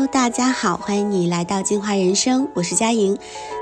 Hello， 大家好，欢迎你来到进化人生，我是佳莹。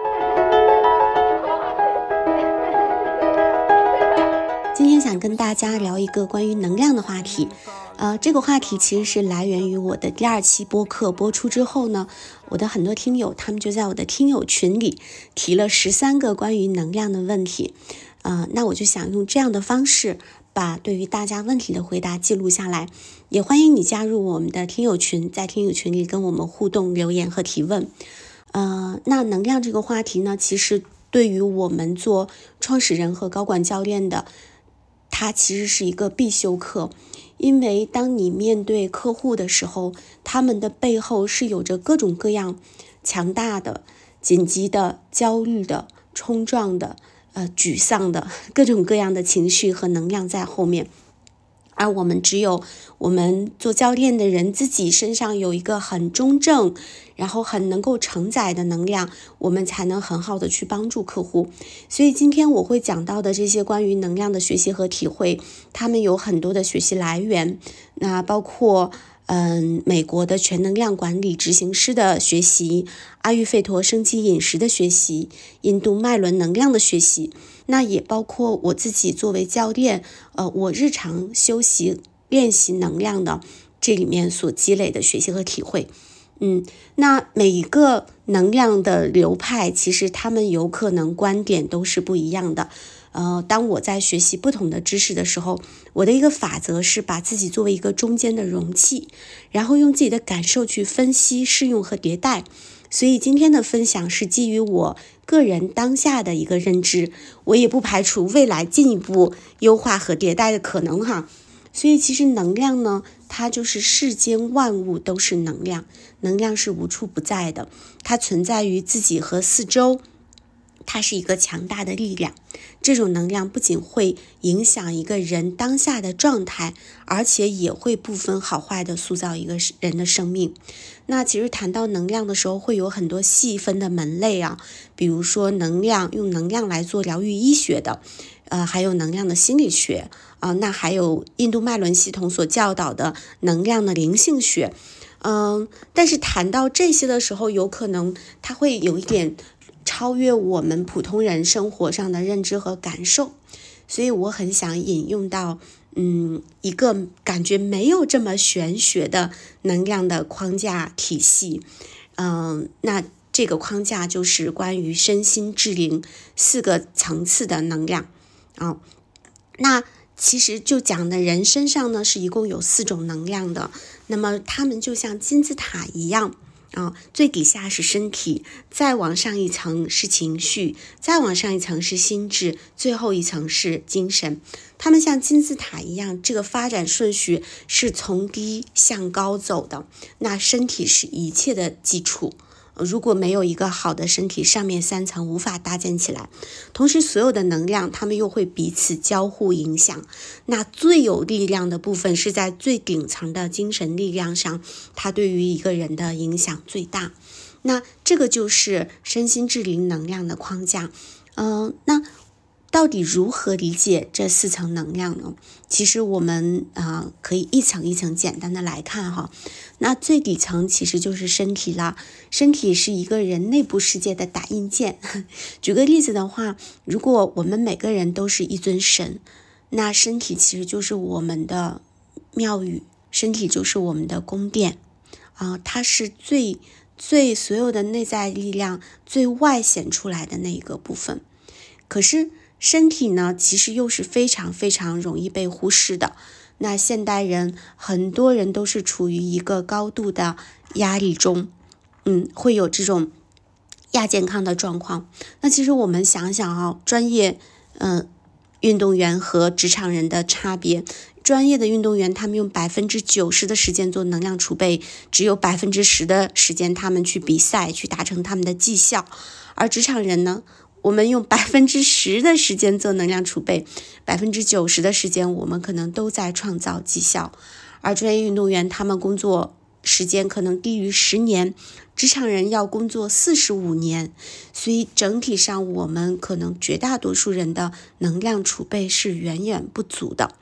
今天想跟大家聊一个关于能量的话题。这个话题其实是来源于我的第2期播客播出之后呢，我的很多听友他们就在我的听友群里提了13个关于能量的问题。那我就想用这样的方式把对于大家问题的回答记录下来，也欢迎你加入我们的听友群，在听友群里跟我们互动留言和提问。那能量这个话题呢，其实对于我们做创始人和高管教练的，它其实是一个必修课。因为当你面对客户的时候，他们的背后是有着各种各样强大的、紧急的、焦虑的、冲撞的、沮丧的各种各样的情绪和能量在后面。而我们只有我们做教练的人自己身上有一个很中正，然后很能够承载的能量，我们才能很好的去帮助客户。所以今天我会讲到的这些关于能量的学习和体会，他们有很多的学习来源，那包括美国的全能量管理执行师的学习，阿育吠陀升级饮食的学习，印度脉轮能量的学习，那也包括我自己作为教练，我日常修习练习能量的这里面所积累的学习和体会。那每一个能量的流派，其实他们有可能观点都是不一样的。当我在学习不同的知识的时候，我的一个法则是把自己作为一个中间的容器，然后用自己的感受去分析、适用和迭代。所以今天的分享是基于我个人当下的一个认知，我也不排除未来进一步优化和迭代的可能哈。所以其实能量呢，它就是世间万物都是能量，能量是无处不在的，它存在于自己和四周，它是一个强大的力量。这种能量不仅会影响一个人当下的状态，而且也会不分好坏的塑造一个人的生命。那其实谈到能量的时候，会有很多细分的门类啊，比如说能量，用能量来做疗愈医学的，还有能量的心理学那还有印度脉轮系统所教导的能量的灵性学。但是谈到这些的时候，有可能它会有一点超越我们普通人生活上的认知和感受，所以我很想引用到一个感觉没有这么玄学的能量的框架体系。那这个框架就是关于身心智灵4个层次的能量那其实就讲的人身上呢是一共有4种能量的，那么它们就像金字塔一样最底下是身体，再往上一层是情绪，再往上一层是心智，最后一层是精神。它们像金字塔一样，这个发展顺序是从低向高走的。那身体是一切的基础，如果没有一个好的身体，上面3层无法搭建起来。同时所有的能量它们又会彼此交互影响，那最有力量的部分是在最顶层的精神力量上，它对于一个人的影响最大。那这个就是身心智灵能量的框架。那到底如何理解这4层能量呢？其实我们可以一层一层简单的来看哈。那最底层其实就是身体啦，身体是一个人内部世界的打印件。举个例子的话，如果我们每个人都是一尊神，那身体其实就是我们的庙宇，身体就是我们的宫殿它是最所有的内在力量最外显出来的那一个部分。可是身体呢，其实又是非常非常容易被忽视的。那现代人很多人都是处于一个高度的压力中，会有这种亚健康的状况。那其实我们想想专业运动员和职场人的差别。专业的运动员他们用90%的时间做能量储备，只有10%的时间他们去比赛，去达成他们的绩效。而职场人呢，我们用10%的时间做能量储备，90%的时间我们可能都在创造绩效。而专业运动员他们工作时间可能低于10年，职场人要工作45年，所以整体上我们可能绝大多数人的能量储备是远远不足的。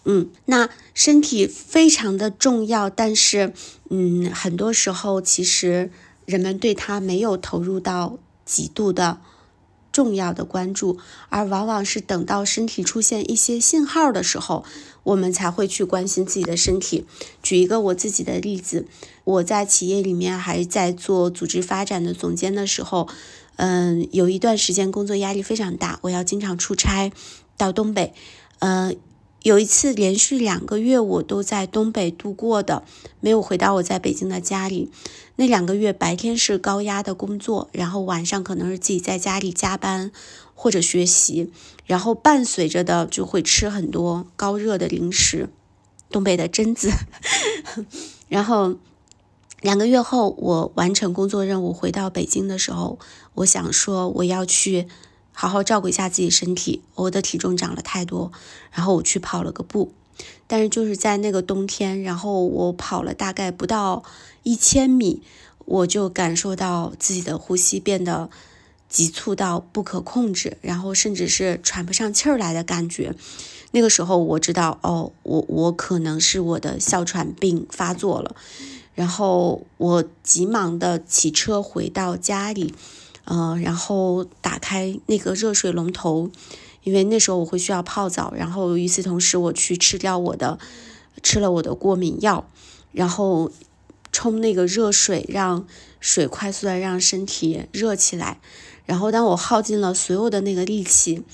那身体非常的重要，但是很多时候其实人们对它没有投入到极度的重要的关注，而往往是等到身体出现一些信号的时候，我们才会去关心自己的身体。举一个我自己的例子，我在企业里面还在做组织发展的总监的时候，有一段时间工作压力非常大，我要经常出差到东北，有一次连续2个月我都在东北度过的，没有回到我在北京的家里。那2个月白天是高压的工作，然后晚上可能是自己在家里加班或者学习，然后伴随着的就会吃很多高热的零食，东北的榛子然后2个月后我完成工作任务回到北京的时候，我想说我要去好好照顾一下自己身体，我的体重长了太多，然后我去跑了个步。但是就是在那个冬天，然后我跑了大概不到1000米，我就感受到自己的呼吸变得急促到不可控制，然后甚至是喘不上气儿来的感觉。那个时候我知道我可能是我的哮喘病发作了，然后我急忙的骑车回到家里，然后打开那个热水龙头，因为那时候我会需要泡澡，然后与此同时我去吃了我的过敏药，然后冲那个热水，让水快速的让身体热起来。然后当我耗尽了所有的那个力气，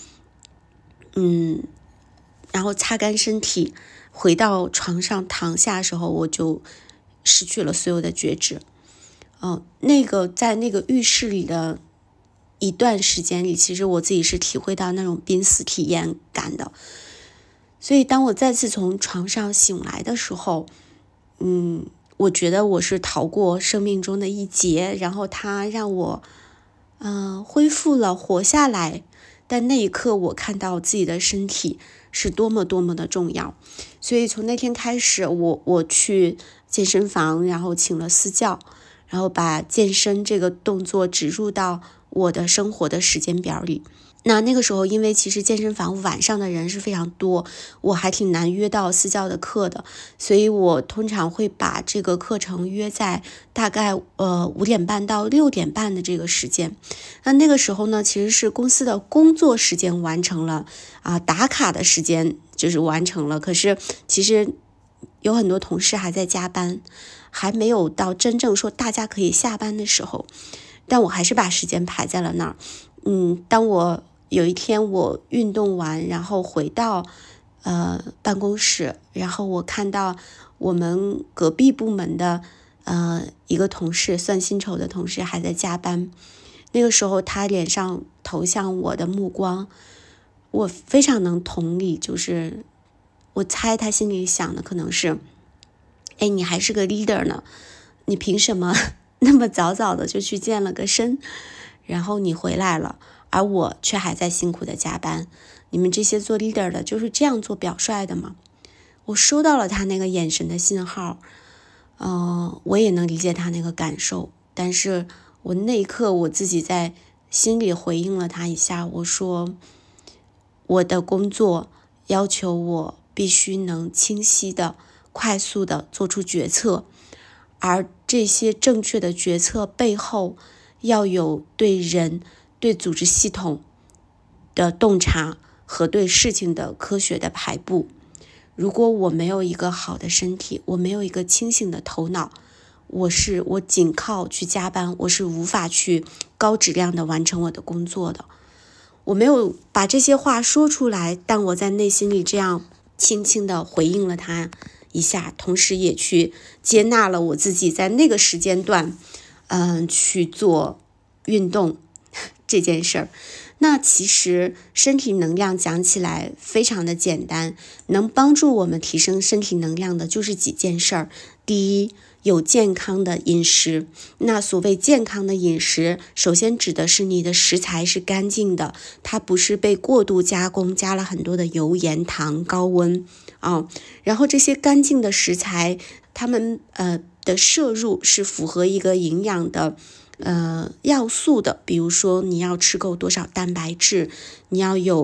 然后擦干身体回到床上躺下的时候，我就失去了所有的觉知。在那个浴室里的一段时间里，其实我自己是体会到那种濒死体验感的。所以当我再次从床上醒来的时候，我觉得我是逃过生命中的一劫，然后它让我恢复了活下来。但那一刻我看到自己的身体是多么多么的重要。所以从那天开始，我去健身房，然后请了私教，然后把健身这个动作植入到我的生活的时间表里。那个时候因为其实健身房晚上的人是非常多，我还挺难约到私教的课的，所以我通常会把这个课程约在大概5点半到6点半的这个时间。那个时候呢，其实是公司的工作时间完成了打卡的时间就是完成了，可是其实有很多同事还在加班，还没有到真正说大家可以下班的时候，但我还是把时间排在了那儿。当我有一天我运动完，然后回到办公室，然后我看到我们隔壁部门的一个同事，算薪酬的同事还在加班。那个时候他脸上投向我的目光，我非常能同理，就是我猜他心里想的可能是，你还是个 leader 呢，你凭什么那么早的就去健了个身，然后你回来了，而我却还在辛苦的加班。你们这些做 leader 的就是这样做表率的吗？我收到了他那个眼神的信号，我也能理解他那个感受，但是我那一刻我自己在心里回应了他一下，我说我的工作要求我必须能清晰的快速的做出决策，而这些正确的决策背后要有对人对组织系统的洞察和对事情的科学的排布。如果我没有一个好的身体，我没有一个清醒的头脑，我仅靠去加班，我是无法去高质量的完成我的工作的。我没有把这些话说出来，但我在内心里这样轻轻的回应了他一下，同时也去接纳了我自己在那个时间段去做运动这件事儿。那其实身体能量讲起来非常的简单，能帮助我们提升身体能量的就是几件事儿。第一，有健康的饮食。那所谓健康的饮食，首先指的是你的食材是干净的，它不是被过度加工，加了很多的油盐糖高温然后这些干净的食材，它们的摄入是符合一个营养的要素的，比如说你要吃够多少蛋白质，你要有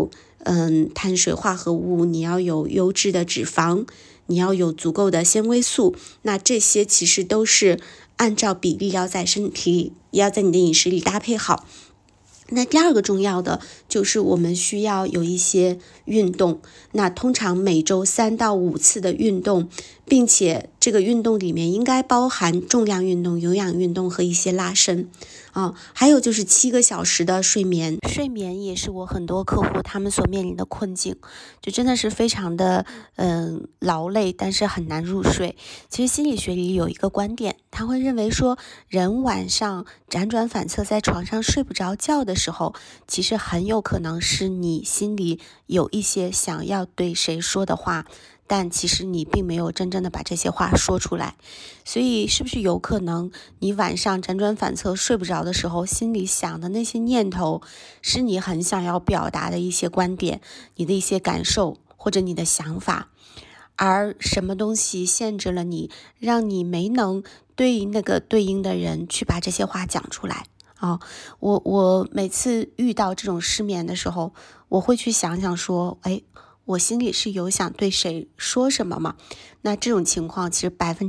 碳水化合物，你要有优质的脂肪，你要有足够的纤维素，那这些其实都是按照比例要在身体里，要在你的饮食里搭配好。那第二个重要的就是我们需要有一些运动，那通常每周3到5次的运动，并且这个运动里面应该包含重量运动、有氧运动和一些拉伸还有就是7个小时的睡眠。睡眠也是我很多客户他们所面临的困境，就真的是非常的劳累，但是很难入睡。其实心理学里有一个观点，他会认为说，人晚上辗转反侧在床上睡不着觉的时候，其实很有可能是你心里有一些想要对谁说的话，但其实你并没有真正的把这些话说出来。所以是不是有可能你晚上辗转反侧睡不着的时候，心里想的那些念头是你很想要表达的一些观点，你的一些感受或者你的想法，而什么东西限制了你，让你没能对那个对应的人去把这些话讲出来我每次遇到这种失眠的时候，我会去想想说，我心里是有想对谁说什么吗？那这种情况其实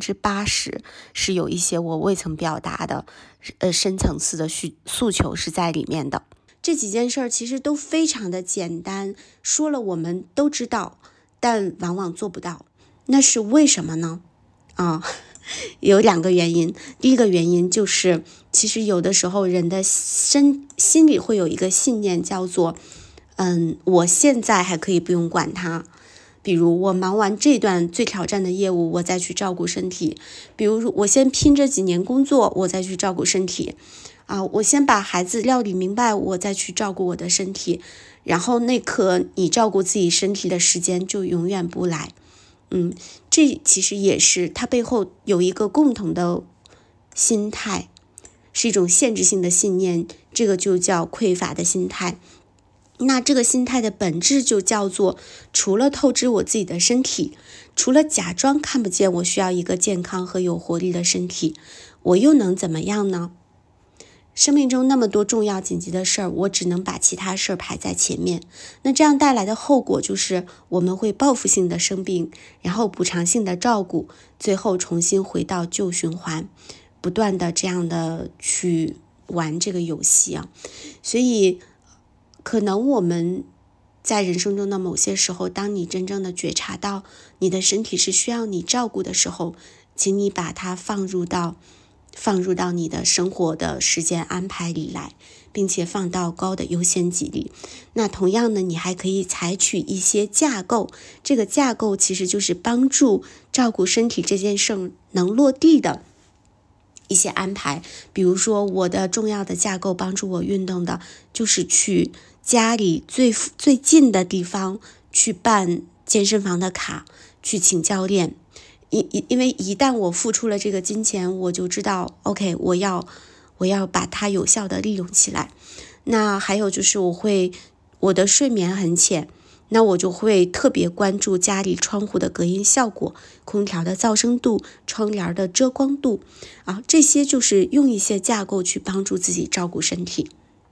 80%是有一些我未曾表达的深层次的诉求是在里面的。这几件事儿其实都非常的简单，说了我们都知道，但往往做不到。那是为什么呢？有2个原因。第一个原因就是，其实有的时候人的心里会有一个信念，叫做我现在还可以不用管它，比如我忙完这段最挑战的业务，我再去照顾身体，比如我先拼这几年工作，我再去照顾身体我先把孩子料理明白，我再去照顾我的身体，然后那刻你照顾自己身体的时间就永远不来。这其实也是它背后有一个共同的心态，是一种限制性的信念，这个就叫匮乏的心态。那这个心态的本质就叫做，除了透支我自己的身体，除了假装看不见我需要一个健康和有活力的身体，我又能怎么样呢？生命中那么多重要紧急的事儿，我只能把其他事儿排在前面。那这样带来的后果就是我们会报复性的生病，然后补偿性的照顾，最后重新回到旧循环，不断的这样的去玩这个游戏所以可能我们在人生中的某些时候，当你真正的觉察到你的身体是需要你照顾的时候，请你把它放入到你的生活的时间安排里来，并且放到高的优先级里。那同样呢，你还可以采取一些架构，这个架构其实就是帮助照顾身体这件事能落地的一些安排。比如说我的重要的架构帮助我运动的，就是去家里最近的地方去办健身房的卡，去请教练。因为一旦我付出了这个金钱，我就知道 OK， 我要把它有效的利用起来。那还有就是我的睡眠很浅，那我就会特别关注家里窗户的隔音效果，空调的噪声度，窗帘的遮光度这些就是用一些架构去帮助自己照顾身体。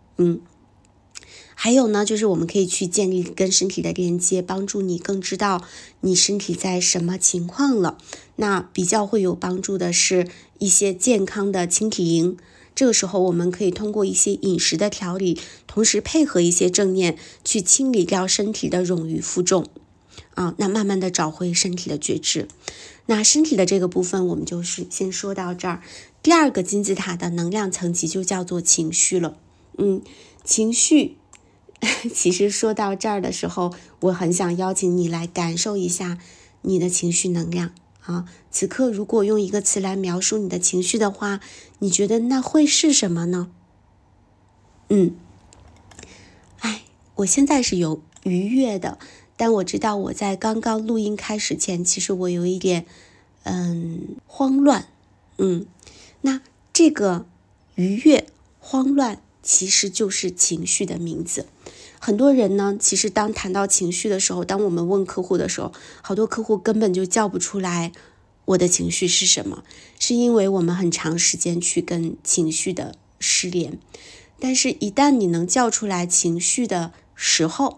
还有呢，就是我们可以去建立跟身体的连接，帮助你更知道你身体在什么情况了。那比较会有帮助的是一些健康的轻体营，这个时候我们可以通过一些饮食的调理，同时配合一些正念，去清理掉身体的冗余负重那慢慢的找回身体的觉知。那身体的这个部分我们就是先说到这儿。第2个金字塔的能量层级就叫做情绪了。情绪其实说到这儿的时候，我很想邀请你来感受一下你的情绪能量此刻如果用一个词来描述你的情绪的话，你觉得那会是什么呢？我现在是有愉悦的，但我知道我在刚刚录音开始前，其实我有一点慌乱。那这个愉悦慌乱其实就是情绪的名字。很多人呢，其实当谈到情绪的时候，当我们问客户的时候，好多客户根本就叫不出来我的情绪是什么，是因为我们很长时间去跟情绪的失联。但是一旦你能叫出来情绪的时候，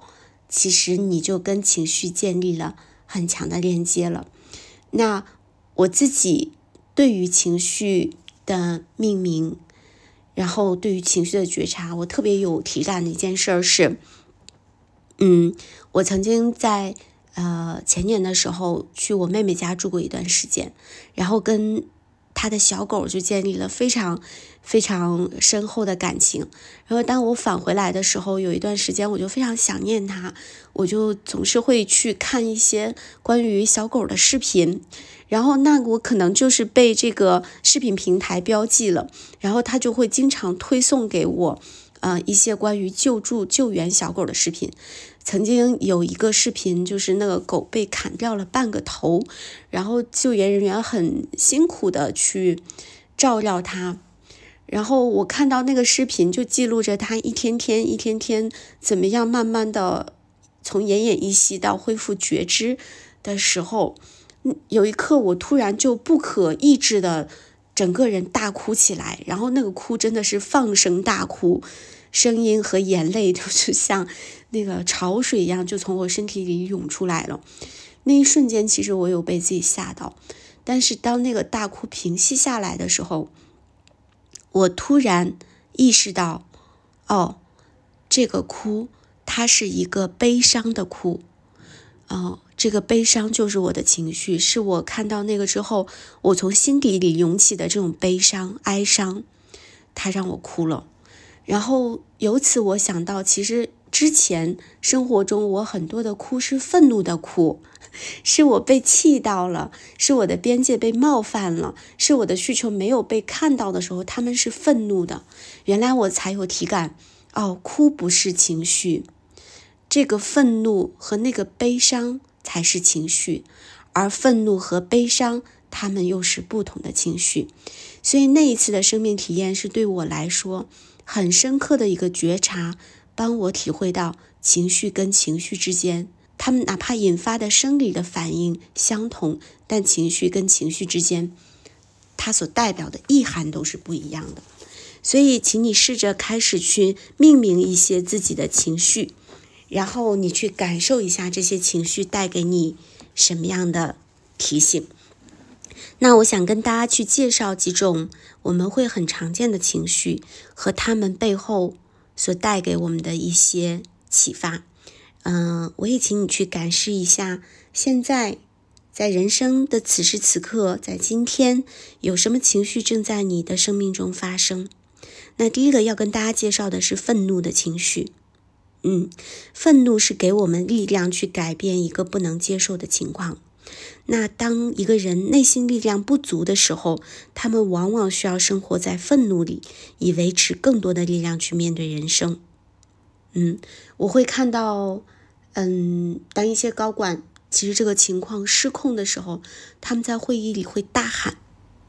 其实你就跟情绪建立了很强的链接了。那我自己对于情绪的命名，然后对于情绪的觉察，我特别有体感的一件事是，我曾经在前年的时候去我妹妹家住过一段时间，然后跟她的小狗就建立了非常非常深厚的感情。然后当我返回来的时候，有一段时间我就非常想念她，我就总是会去看一些关于小狗的视频，然后那我可能就是被这个视频平台标记了，然后它就会经常推送给我一些关于救援小狗的视频。曾经有一个视频，就是那个狗被砍掉了半个头，然后救援人员很辛苦的去照料它，然后我看到那个视频就记录着它一天天怎么样慢慢的从奄奄一息到恢复觉知的时候，有一刻我突然就不可抑制的整个人大哭起来，然后那个哭真的是放声大哭，声音和眼泪都是像那个潮水一样就从我身体里涌出来了。那一瞬间其实我有被自己吓到，但是当那个大哭平息下来的时候，我突然意识到，这个哭它是一个悲伤的哭，这个悲伤就是我的情绪，是我看到那个之后我从心底里涌起的这种悲伤哀伤，它让我哭了。然后由此我想到，其实之前生活中我很多的哭是愤怒的哭，是我被气到了，是我的边界被冒犯了，是我的需求没有被看到的时候，他们是愤怒的。原来我才有体感，哭不是情绪，这个愤怒和那个悲伤才是情绪，而愤怒和悲伤他们又是不同的情绪。所以那一次的生命体验是对我来说很深刻的一个觉察，帮我体会到情绪跟情绪之间，他们哪怕引发的生理的反应相同，但情绪跟情绪之间，它所代表的意涵都是不一样的。所以请你试着开始去命名一些自己的情绪，然后你去感受一下这些情绪带给你什么样的提醒。那我想跟大家去介绍几种我们会很常见的情绪和他们背后所带给我们的一些启发。我也请你去感受一下，现在在人生的此时此刻，在今天有什么情绪正在你的生命中发生。那第一个要跟大家介绍的是愤怒的情绪。愤怒是给我们力量去改变一个不能接受的情况。那当一个人内心力量不足的时候，他们往往需要生活在愤怒里，以维持更多的力量去面对人生。我会看到，当一些高管其实这个情况失控的时候，他们在会议里会大喊，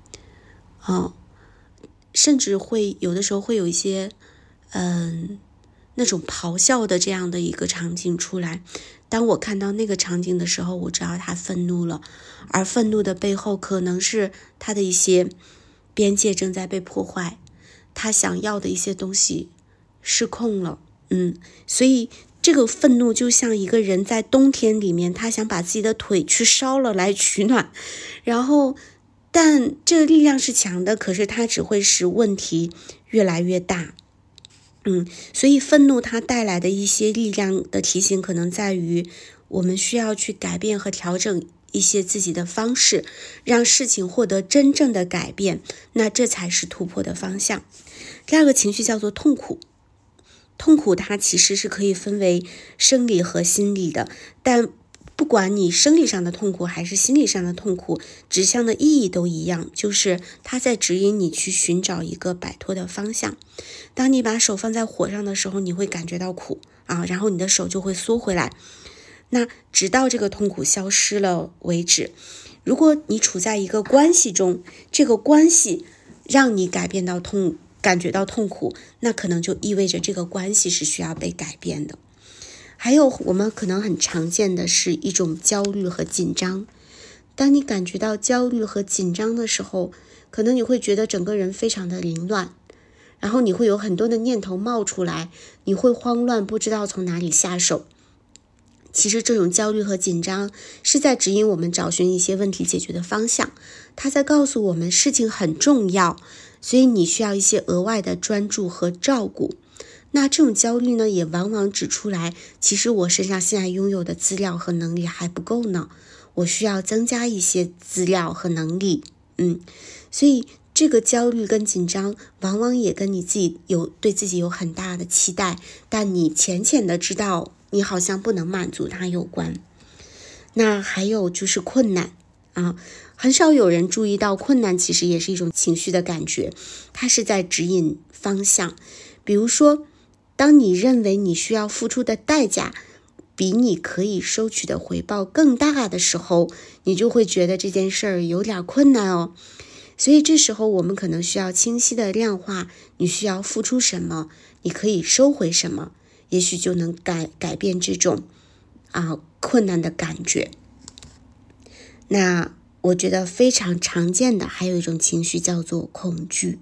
甚至会有的时候会有一些，那种咆哮的这样的一个场景出来。当我看到那个场景的时候，我知道他愤怒了，而愤怒的背后可能是他的一些边界正在被破坏，他想要的一些东西失控了。所以这个愤怒就像一个人在冬天里面，他想把自己的腿去烧了来取暖，然后但这个力量是强的，可是它只会使问题越来越大。所以愤怒它带来的一些力量的提醒，可能在于我们需要去改变和调整一些自己的方式，让事情获得真正的改变，那这才是突破的方向。第二个情绪叫做痛苦。痛苦它其实是可以分为生理和心理的，但不管你生理上的痛苦还是心理上的痛苦，指向的意义都一样，就是它在指引你去寻找一个摆脱的方向。当你把手放在火上的时候，你会感觉到苦然后你的手就会缩回来，那直到这个痛苦消失了为止。如果你处在一个关系中，这个关系让你感觉到痛苦，那可能就意味着这个关系是需要被改变的。还有我们可能很常见的是一种焦虑和紧张。当你感觉到焦虑和紧张的时候，可能你会觉得整个人非常的凌乱，然后你会有很多的念头冒出来，你会慌乱，不知道从哪里下手。 其实这种焦虑和紧张是在指引我们找寻一些问题解决的方向，它在告诉我们事情很重要，所以你需要一些额外的专注和照顾。那这种焦虑呢，也往往指出来，其实我身上现在拥有的资料和能力还不够呢，我需要增加一些资料和能力。所以这个焦虑跟紧张往往也跟你对自己有很大的期待，但你浅浅的知道你好像不能满足它有关。那还有就是困难很少有人注意到困难其实也是一种情绪的感觉，它是在指引方向。比如说，当你认为你需要付出的代价比你可以收取的回报更大的时候，你就会觉得这件事儿有点困难哦。所以这时候我们可能需要清晰的量化，你需要付出什么，你可以收回什么，也许就能改变这种困难的感觉。那我觉得非常常见的还有一种情绪叫做恐惧。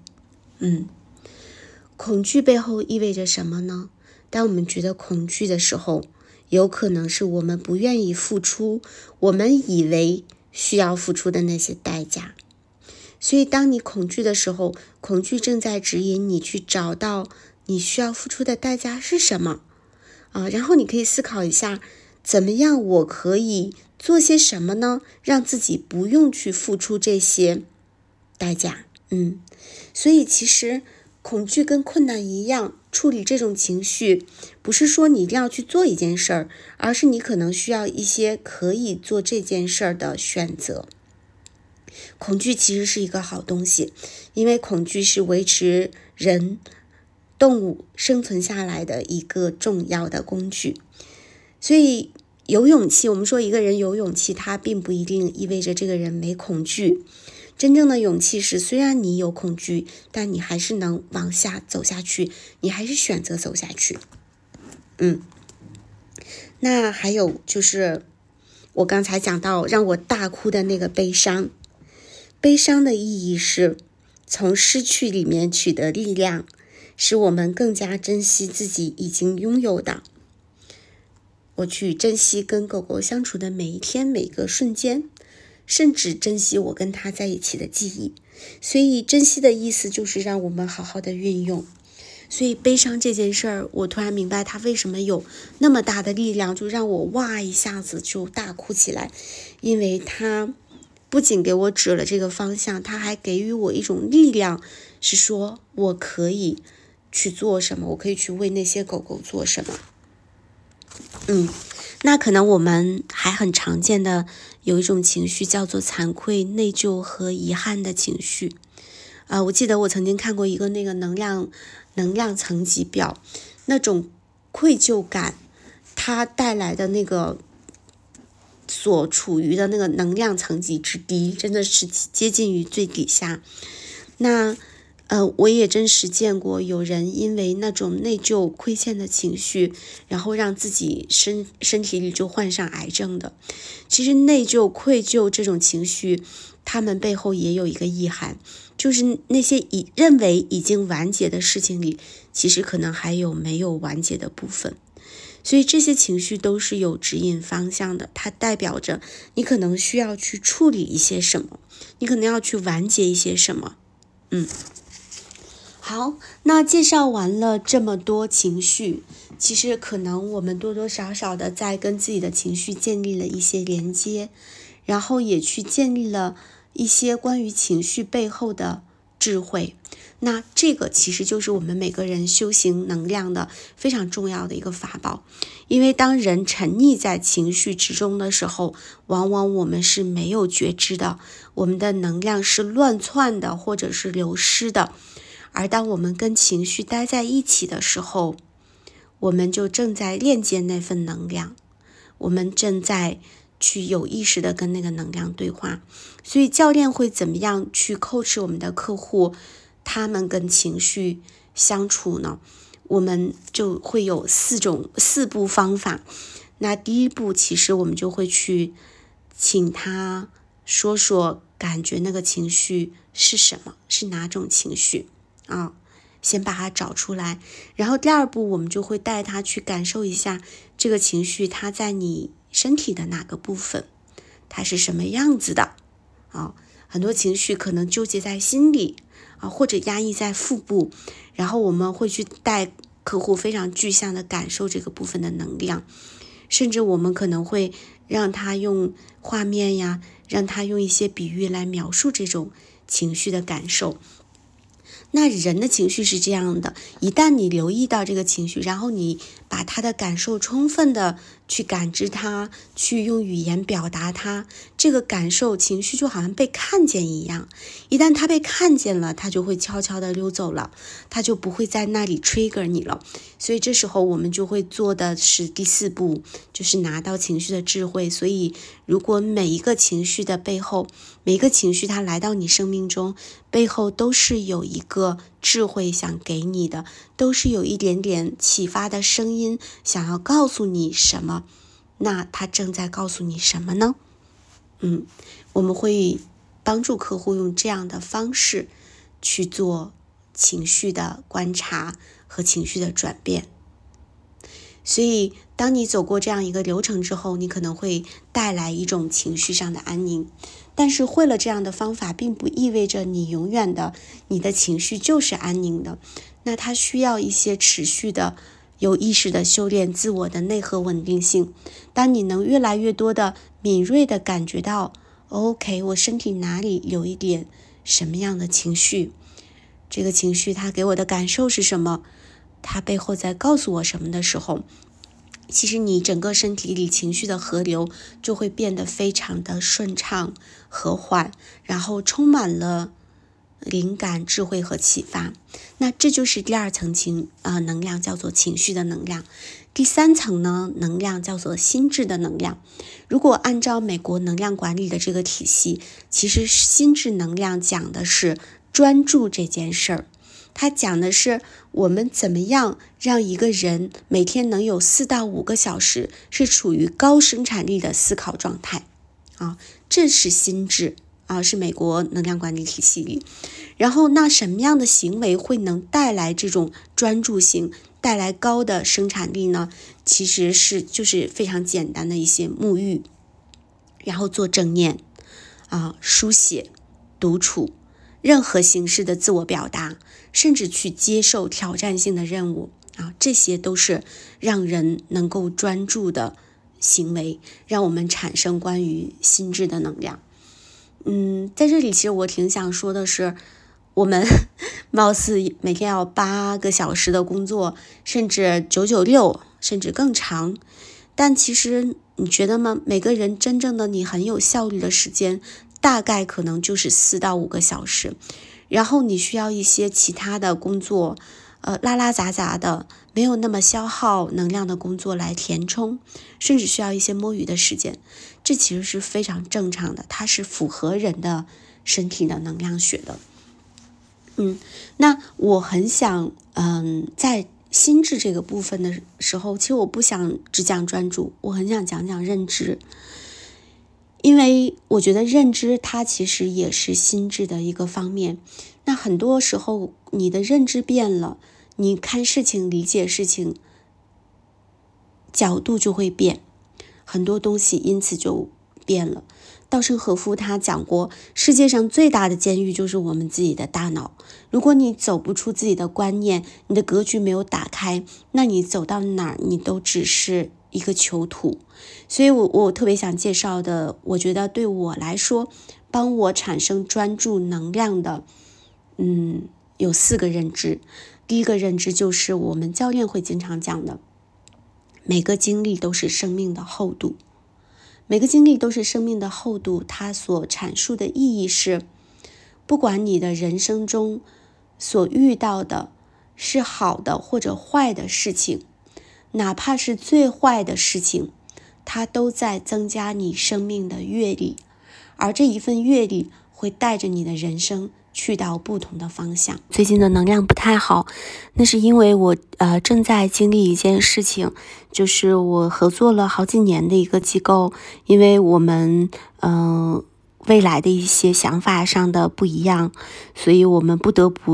恐惧背后意味着什么呢？当我们觉得恐惧的时候，有可能是我们不愿意付出我们以为需要付出的那些代价。所以当你恐惧的时候，恐惧正在指引你去找到你需要付出的代价是什么然后你可以思考一下，怎么样我可以做些什么呢，让自己不用去付出这些代价。所以其实恐惧跟困难一样，处理这种情绪不是说你一定要去做一件事儿，而是你可能需要一些可以做这件事儿的选择。恐惧其实是一个好东西，因为恐惧是维持动物生存下来的一个重要的工具。所以有勇气，我们说一个人有勇气，他并不一定意味着这个人没恐惧。真正的勇气是，虽然你有恐惧，但你还是能往下走下去，你还是选择走下去。那还有就是我刚才讲到让我大哭的那个悲伤。悲伤的意义是从失去里面取得力量，使我们更加珍惜自己已经拥有的。我去珍惜跟狗狗相处的每一天每个瞬间，甚至珍惜我跟它在一起的记忆。所以珍惜的意思就是让我们好好的运用。所以悲伤这件事儿，我突然明白它为什么有那么大的力量，就让我哇一下子就大哭起来。因为它不仅给我指了这个方向，它还给予我一种力量，是说我可以去做什么，我可以去为那些狗狗做什么。那可能我们还很常见的有一种情绪叫做惭愧、内疚和遗憾的情绪。我记得我曾经看过一个那个能量层级表，那种愧疚感它带来的那个所处于的那个能量层级之低，真的是接近于最底下。那我也真实见过有人因为那种内疚亏欠的情绪，然后让自己身体里就患上癌症的。其实内疚愧疚这种情绪，他们背后也有一个意涵，就是那些认为已经完结的事情里，其实可能还有没有完结的部分。所以这些情绪都是有指引方向的，它代表着你可能需要去处理一些什么，你可能要去完结一些什么。好，那介绍完了这么多情绪，其实可能我们多多少少的在跟自己的情绪建立了一些连接，然后也去建立了一些关于情绪背后的智慧。那这个其实就是我们每个人修行能量的非常重要的一个法宝。因为当人沉溺在情绪之中的时候，往往我们是没有觉知的，我们的能量是乱窜的，或者是流失的。而当我们跟情绪待在一起的时候，我们就正在链接那份能量，我们正在去有意识的跟那个能量对话。所以教练会怎么样去coach我们的客户，他们跟情绪相处呢？我们就会有四步方法。那第一步，其实我们就会去请他说说感觉那个情绪是什么，是哪种情绪先把它找出来，然后第二步我们就会带他去感受一下这个情绪它在你身体的哪个部分，它是什么样子的很多情绪可能纠结在心里或者压抑在腹部，然后我们会去带客户非常具象的感受这个部分的能量，甚至我们可能会让他用画面呀，让他用一些比喻来描述这种情绪的感受。那人的情绪是这样的，一旦你留意到这个情绪，然后你把他的感受充分的去感知它，去用语言表达它，这个感受情绪就好像被看见一样，一旦它被看见了，它就会悄悄的溜走了，它就不会在那里 trigger 你了。所以这时候我们就会做的是第4步，就是拿到情绪的智慧。所以如果每一个情绪的背后，每一个情绪它来到你生命中，背后都是有一个智慧想给你的，都是有一点点启发的声音想要告诉你什么。那它正在告诉你什么呢？我们会帮助客户用这样的方式去做情绪的观察和情绪的转变。所以当你走过这样一个流程之后，你可能会带来一种情绪上的安宁。但是会了这样的方法，并不意味着你永远的你的情绪就是安宁的。那它需要一些持续的有意识的修炼自我的内核稳定性。当你能越来越多的敏锐的感觉到 OK， 我身体哪里有一点什么样的情绪，这个情绪它给我的感受是什么，它背后在告诉我什么的时候，其实你整个身体里情绪的河流就会变得非常的顺畅和缓，然后充满了灵感、智慧和启发。那这就是第2层能量，叫做情绪的能量。第3层呢，能量叫做心智的能量。如果按照美国能量管理的这个体系，其实心智能量讲的是专注这件事儿。它讲的是我们怎么样让一个人每天能有4到5个小时是处于高生产力的思考状态这是心智是美国能量管理体系里。然后那什么样的行为会能带来这种专注性，带来高的生产力呢？其实就是非常简单的一些沐浴，然后做正念书写、独处，任何形式的自我表达，甚至去接受挑战性的任务这些都是让人能够专注的行为，让我们产生关于心智的能量。在这里其实我挺想说的是，我们貌似每天要8个小时的工作，甚至996，甚至更长，但其实你觉得吗？每个人真正的你很有效率的时间大概可能就是4到5个小时，然后你需要一些其他的工作拉杂杂的没有那么消耗能量的工作来填充，甚至需要一些摸鱼的时间。这其实是非常正常的，它是符合人的身体的能量学的。那我很想在心智这个部分的时候，其实我不想只讲专注，我很想讲讲认知。因为我觉得认知它其实也是心智的一个方面。那很多时候你的认知变了，你看事情、理解事情角度就会变，很多东西因此就变了。稻盛和夫他讲过，世界上最大的监狱就是我们自己的大脑。如果你走不出自己的观念，你的格局没有打开，那你走到哪儿你都只是一个囚徒。所以我特别想介绍的，我觉得对我来说帮我产生专注能量的有4个认知。第一个认知就是我们教练会经常讲的，每个经历都是生命的厚度。每个经历都是生命的厚度，它所阐述的意义是，不管你的人生中所遇到的是好的或者坏的事情，哪怕是最坏的事情，它都在增加你生命的阅历，而这一份阅历会带着你的人生去到不同的方向。最近的能量不太好，那是因为我正在经历一件事情，就是我合作了好几年的一个机构，因为我们未来的一些想法上的不一样，所以我们不得不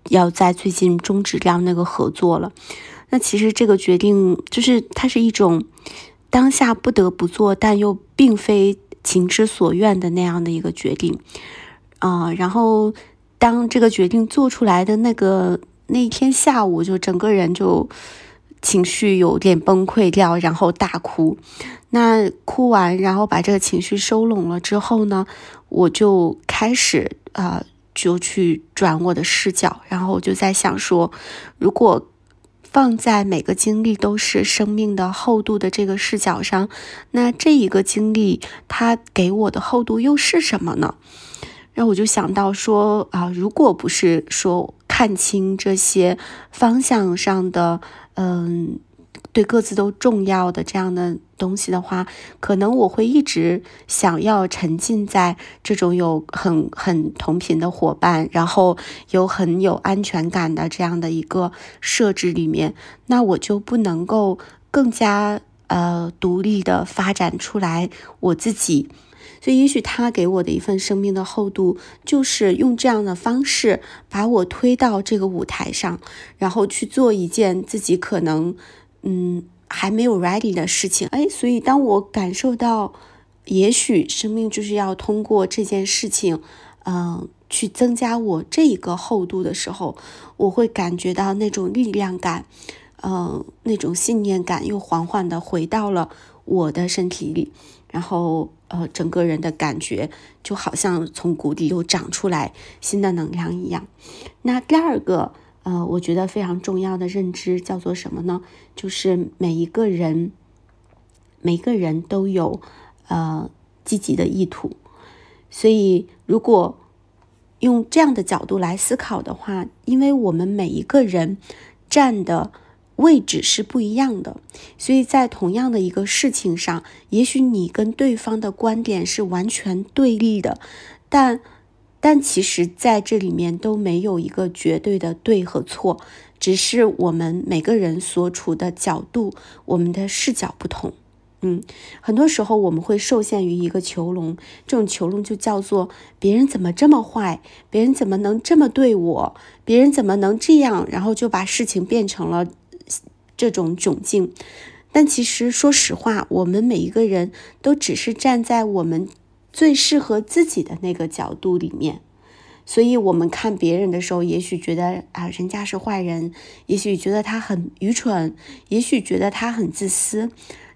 要在最近终止掉那个合作了。那其实这个决定就是它是一种当下不得不做，但又并非情之所愿的那样的一个决定。然后当这个决定做出来的那一天下午，就整个人就情绪有点崩溃掉，然后大哭。那哭完，然后把这个情绪收拢了之后呢，我就开始就去转我的视角，然后我就在想说，如果放在每个经历都是生命的厚度的这个视角上，那这一个经历它给我的厚度又是什么呢？然后我就想到说如果不是说看清这些方向上的对各自都重要的这样的东西的话，可能我会一直想要沉浸在这种有很同频的伙伴，然后很有安全感的这样的一个设置里面，那我就不能够更加独立的发展出来我自己。所以也许他给我的一份生命的厚度，就是用这样的方式把我推到这个舞台上，然后去做一件自己可能还没有 ready 的事情。所以当我感受到也许生命就是要通过这件事情去增加我这一个厚度的时候，我会感觉到那种力量感那种信念感又缓缓的回到了我的身体里，然后整个人的感觉就好像从谷底又长出来新的能量一样。那第二个我觉得非常重要的认知叫做什么呢？就是每一个人都有积极的意图。所以如果用这样的角度来思考的话，因为我们每一个人站的位置是不一样的，所以在同样的一个事情上，也许你跟对方的观点是完全对立的，但其实在这里面都没有一个绝对的对和错，只是我们每个人所处的角度，我们的视角不同。很多时候我们会受限于一个囚笼，这种囚笼就叫做别人怎么这么坏，别人怎么能这么对我，别人怎么能这样，然后就把事情变成了这种窘境。但其实说实话，我们每一个人都只是站在我们最适合自己的那个角度里面，所以我们看别人的时候，也许觉得人家是坏人，也许觉得他很愚蠢，也许觉得他很自私，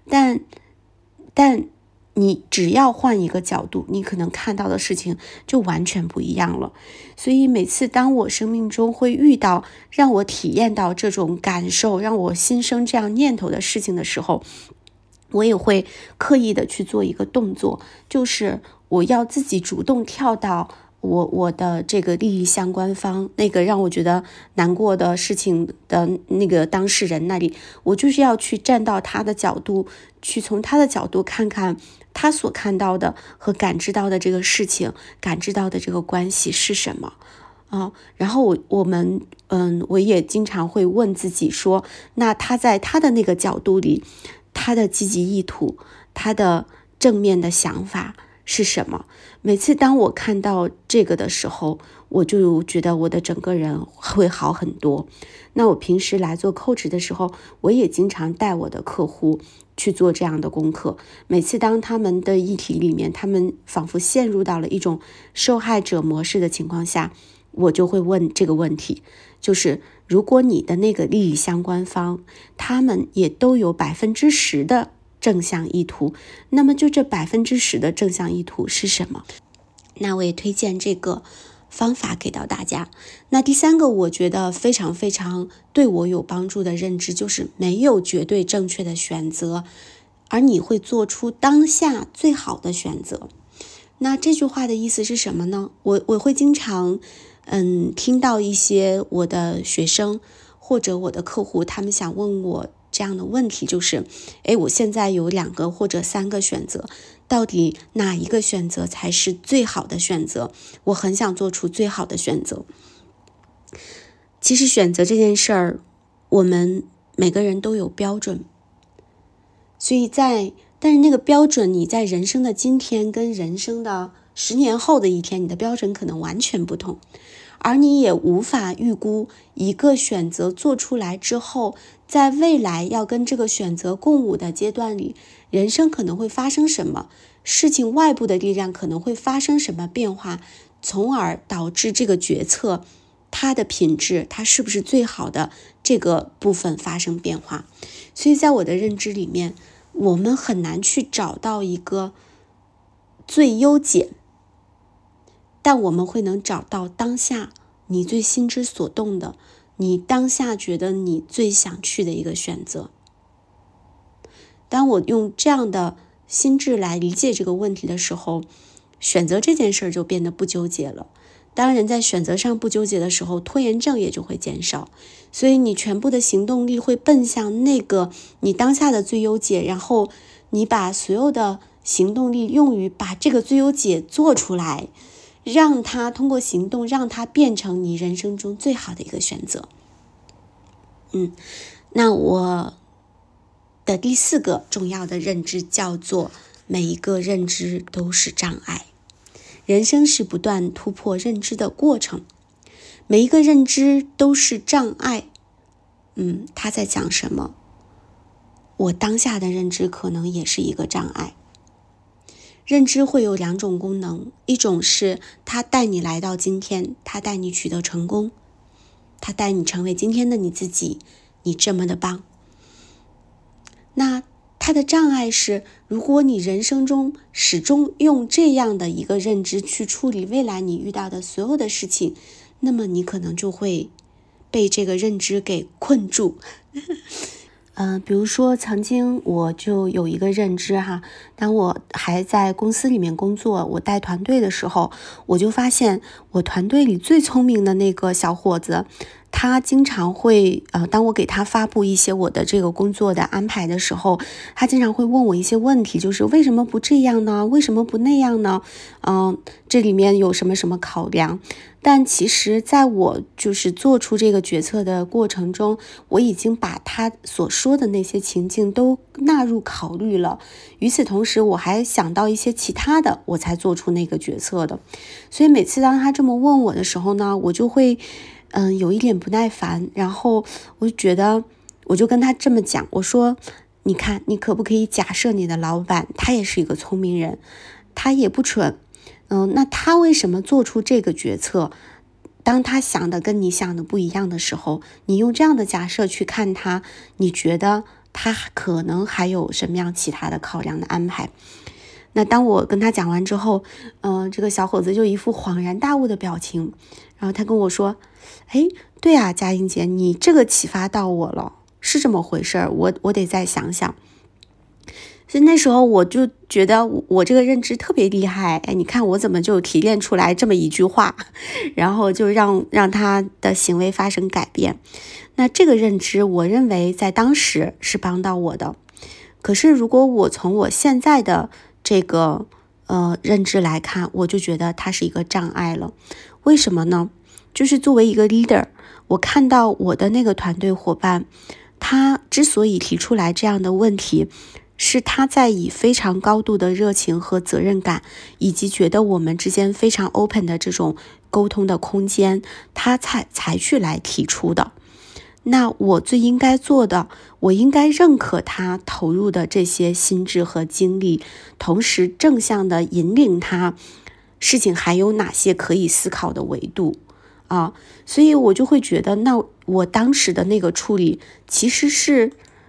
但你只要换一个角度，你可能看到的事情就完全不一样了。所以每次当我生命中会遇到让我体验到这种感受，让我心生这样念头的事情的时候，我也会刻意的去做一个动作，就是我要自己主动跳到我的这个利益相关方，那个让我觉得难过的事情的那个当事人那里，我就是要去站到他的角度，去从他的角度看看他所看到的和感知到的这个事情，感知到的这个关系是什么然后我也经常会问自己说，那他在他的那个角度里，他的积极意图，他的正面的想法是什么？每次当我看到这个的时候，我就觉得我的整个人会好很多。那我平时来做coach的时候，我也经常带我的客户去做这样的功课。每次当他们的议题里面，他们仿佛陷入到了一种受害者模式的情况下，我就会问这个问题，就是如果你的那个利益相关方，他们也都有10%的正向意图，那么就这10%的正向意图是什么？那我也推荐这个方法给到大家。那第三个我觉得非常非常对我有帮助的认知，就是没有绝对正确的选择，而你会做出当下最好的选择。那这句话的意思是什么呢？我会经常听到一些我的学生或者我的客户，他们想问我这样的问题，就是我现在有2个或者3个选择，到底哪一个选择才是最好的选择？我很想做出最好的选择。其实选择这件事儿，我们每个人都有标准，所以但是那个标准，你在人生的今天跟人生的10年后的一天，你的标准可能完全不同。 而你也无法预估一个选择做出来之后，在未来要跟这个选择共舞的阶段里，人生可能会发生什么事情，外部的力量可能会发生什么变化，从而导致这个决策它的品质，它是不是最好的这个部分发生变化。所以在我的认知里面，我们很难去找到一个最优解，但我们会能找到当下你最心之所动的，你当下觉得你最想去的一个选择。当我用这样的心智来理解这个问题的时候，选择这件事就变得不纠结了。当人在选择上不纠结的时候，拖延症也就会减少，所以你全部的行动力会奔向那个你当下的最优解，然后你把所有的行动力用于把这个最优解做出来，让它通过行动让它变成你人生中最好的一个选择。那我的第4个重要的认知叫做每一个认知都是障碍。人生是不断突破认知的过程，每一个认知都是障碍。他在讲什么？我当下的认知可能也是一个障碍。认知会有2种功能，一种是它带你来到今天，它带你取得成功，它带你成为今天的你自己，你这么的棒。那它的障碍是，如果你人生中始终用这样的一个认知去处理未来你遇到的所有的事情，那么你可能就会被这个认知给困住。比如说曾经我就有一个认知哈，当我还在公司里面工作，我带团队的时候，我就发现我团队里最聪明的那个小伙子，他经常会当我给他发布一些我的这个工作的安排的时候，他经常会问我一些问题，就是为什么不这样呢？为什么不那样呢？这里面有什么什么考量？但其实在我就是做出这个决策的过程中，我已经把他所说的那些情境都纳入考虑了。与此同时，我还想到一些其他的，我才做出那个决策的。所以每次当他这么问我的时候呢，我就会有一点不耐烦，然后我就觉得，我就跟他这么讲，我说，你看，你可不可以假设你的老板他也是一个聪明人，他也不蠢，那他为什么做出这个决策？当他想的跟你想的不一样的时候，你用这样的假设去看他，你觉得他可能还有什么样其他的考量的安排？那当我跟他讲完之后，这个小伙子就一副恍然大悟的表情，然后他跟我说，对啊，佳音姐，你这个启发到我了，是这么回事，我得再想想。所以那时候我就觉得我这个认知特别厉害，你看我怎么就提炼出来这么一句话，然后就让他的行为发生改变。那这个认知我认为在当时是帮到我的，可是如果我从我现在的这个认知来看，我就觉得它是一个障碍了。为什么呢？就是作为一个 leader， 我看到我的那个团队伙伴，他之所以提出来这样的问题，是他在以非常高度的热情和责任感，以及觉得我们之间非常 open 的这种沟通的空间，他才去来提出的。那我最应该做的，我应该认可他投入的这些心智和精力，同时正向的引领他，事情还有哪些可以思考的维度啊？所以我就会觉得，那我当时的那个处理其实是，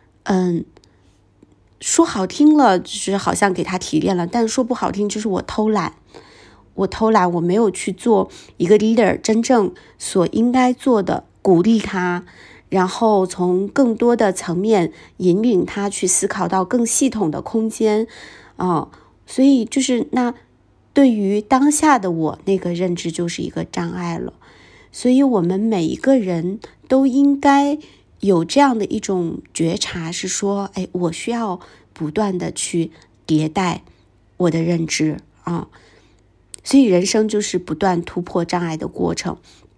说好听了就是好像给他提炼了，但说不好听就是我偷懒，我没有去做一个 leader 真正所应该做的，鼓励他，然后从更多的层面引领他去思考到更系统的空间所以就是那对于当下的我那个认知就是一个障碍了。所以我们每一个人都应该有这样的一种觉察，是说我需要不断的去迭代我的认知所以人生就是不断突破障碍的过程。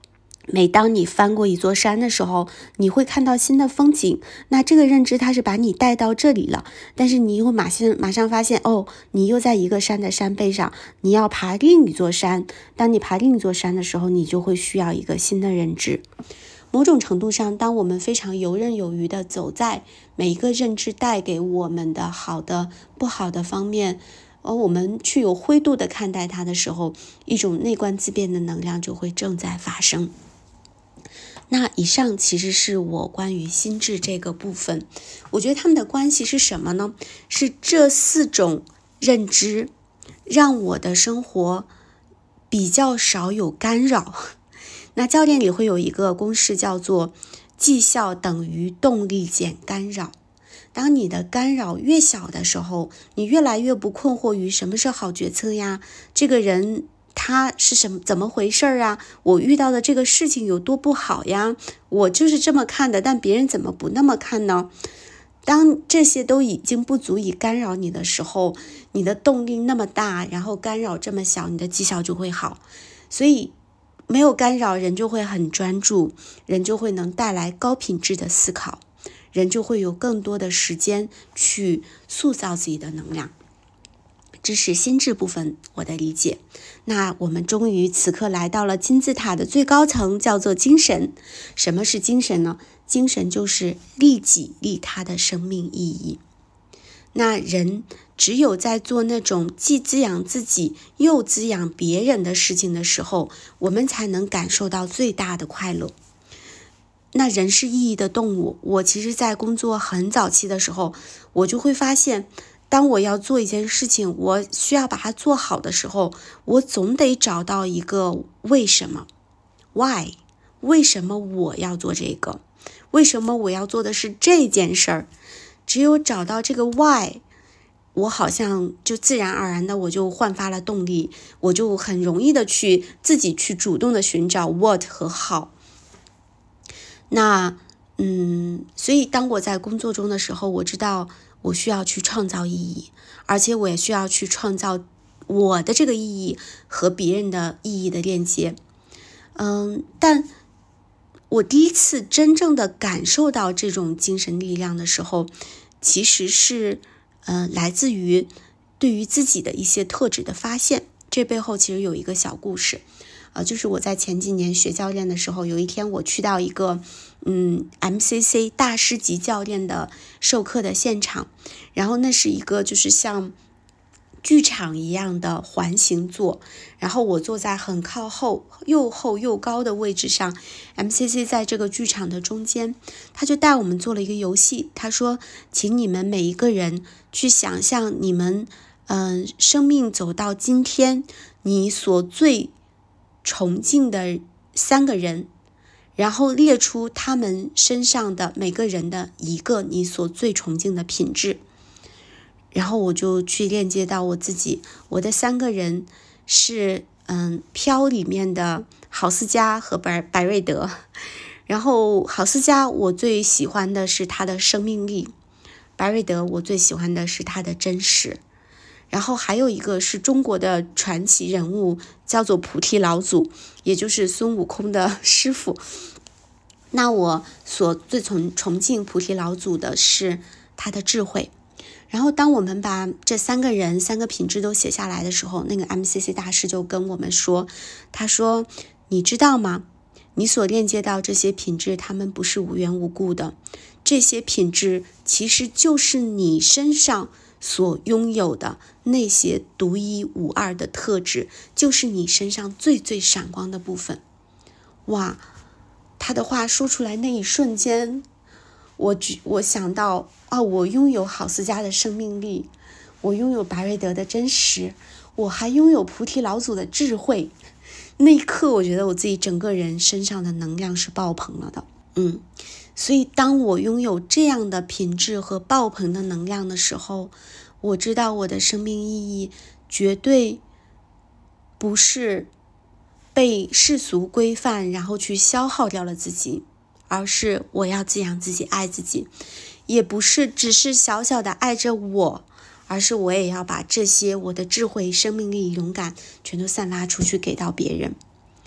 每当你翻过一座山的时候，你会看到新的风景，那这个认知它是把你带到这里了，但是你又马上发现，你又在一个山的山背上，你要爬另一座山。当你爬另一座山的时候，你就会需要一个新的认知。某种程度上，当我们非常游刃有余地走在每一个认知带给我们的好的、不好的方面，而我们去有灰度地看待它的时候，一种内观自变的能量就会正在发生。那以上其实是我关于心智这个部分，我觉得他们的关系是什么呢？是这4种认知让我的生活比较少有干扰。那教练里会有一个公式叫做绩效等于动力减干扰。当你的干扰越小的时候，你越来越不困惑于什么是好决策呀，这个人他是怎么回事啊？我遇到的这个事情有多不好呀？我就是这么看的，但别人怎么不那么看呢？当这些都已经不足以干扰你的时候，你的动力那么大，然后干扰这么小，你的绩效就会好。所以没有干扰，人就会很专注，人就会能带来高品质的思考，人就会有更多的时间去塑造自己的能量。这是心智部分我的理解。那我们终于此刻来到了金字塔的最高层，叫做精神。什么是精神呢？精神就是利己利他的生命意义。那人只有在做那种既滋养自己又滋养别人的事情的时候，我们才能感受到最大的快乐。那人是意义的动物，我其实在工作很早期的时候，我就会发现，当我要做一件事情，我需要把它做好的时候，我总得找到一个为什么 Why？ 为什么我要做这个？为什么我要做的是这件事儿？只有找到这个 Why， 我好像就自然而然的我就焕发了动力，我就很容易的自己去主动的寻找 What 和 How。那所以当我在工作中的时候，我知道我需要去创造意义，而且我也需要去创造我的这个意义和别人的意义的链接。但我第一次真正的感受到这种精神力量的时候，其实是来自于对于自己的一些特质的发现。这背后其实有一个小故事，就是我在前几年学教练的时候，有一天我去到一个MCC 大师级教练的授课的现场，然后那是一个就是像剧场一样的环形座，然后我坐在很靠后又高的位置上， MCC 在这个剧场的中间，他就带我们做了一个游戏。他说，请你们每一个人去想象你们生命走到今天你所最崇敬的3个人，然后列出他们身上的每个人的一个你所最崇敬的品质。然后我就去链接到我自己，我的3个人是飘里面的郝思嘉和白瑞德。然后郝思嘉我最喜欢的是他的生命力，白瑞德我最喜欢的是他的真实。然后还有一个是中国的传奇人物，叫做菩提老祖，也就是孙悟空的师傅。那我所最崇敬菩提老祖的是他的智慧。然后当我们把这3个人3个品质都写下来的时候，那个 MCC 大师就跟我们说，他说，你知道吗？你所链接到这些品质，他们不是无缘无故的，这些品质其实就是你身上所拥有的那些独一无二的特质，就是你身上最最闪光的部分。哇，他的话说出来那一瞬间，我想到我拥有郝思嘉的生命力，我拥有白瑞德的真实，我还拥有菩提老祖的智慧。那一刻我觉得我自己整个人身上的能量是爆棚了的。所以当我拥有这样的品质和爆棚的能量的时候，我知道我的生命意义绝对不是被世俗规范然后去消耗掉了自己，而是我要滋养自己，爱自己，也不是只是小小的爱着我，而是我也要把这些我的智慧、生命力、勇敢全都散发出去给到别人。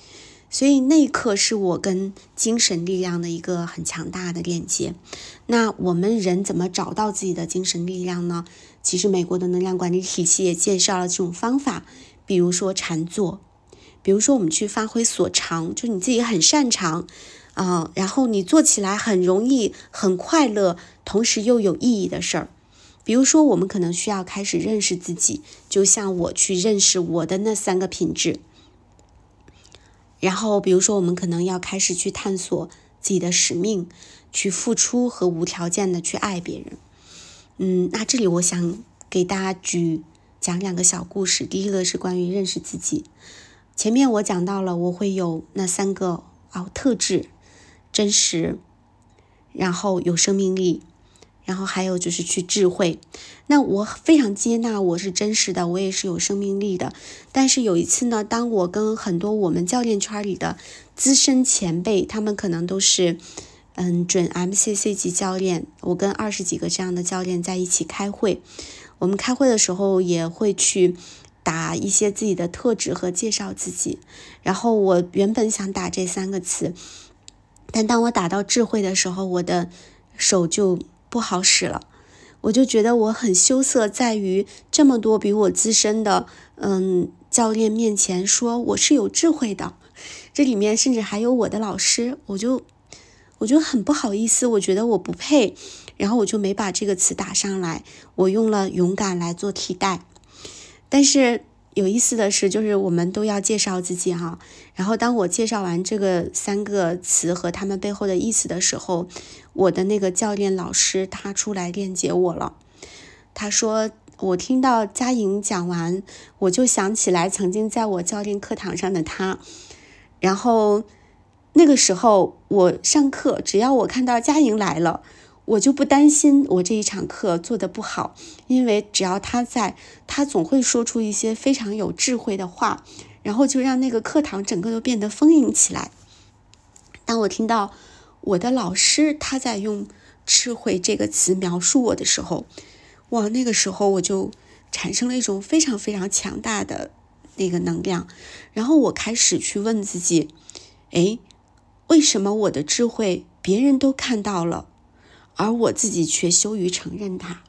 所以那一刻是我跟精神力量的一个很强大的链接。那我们人怎么找到自己的精神力量呢？其实美国的能量管理体系也介绍了这种方法，比如说禅坐，比如说我们去发挥所长，就你自己很擅长然后你做起来很容易很快乐，同时又有意义的事儿。比如说我们可能需要开始认识自己，就像我去认识我的那3个品质。然后比如说我们可能要开始去探索自己的使命，去付出和无条件的去爱别人。那这里我想给大家讲2个小故事。第一个是关于认识自己。前面我讲到了我会有那3个特质，真实，然后有生命力，然后还有就是去智慧。那我非常接纳我是真实的，我也是有生命力的。但是有一次呢，当我跟很多我们教练圈里的资深前辈，他们可能都是准 MCC 级教练，我跟20几个这样的教练在一起开会。我们开会的时候也会去打一些自己的特质和介绍自己。然后我原本想打这3个词，但当我打到智慧的时候，我的手就不好使了。我就觉得我很羞涩，在于这么多比我资深的教练面前说我是有智慧的，这里面甚至还有我的老师，我就很不好意思，我觉得我不配，然后我就没把这个词打上来，我用了勇敢来做替代。但是有意思的是，就是我们都要介绍自己哈。然后当我介绍完这个3个词和他们背后的意思的时候，我的那个教练老师他出来链接我了。他说我听到佳莹讲完，我就想起来曾经在我教练课堂上的他。然后那个时候我上课，只要我看到佳莹来了，我就不担心我这一场课做得不好，因为只要他在，他总会说出一些非常有智慧的话，然后就让那个课堂整个都变得丰盈起来。当我听到我的老师他在用智慧这个词描述我的时候，哇，那个时候我就产生了一种非常非常强大的那个能量。然后我开始去问自己，为什么我的智慧别人都看到了，而我自己却羞于承认它？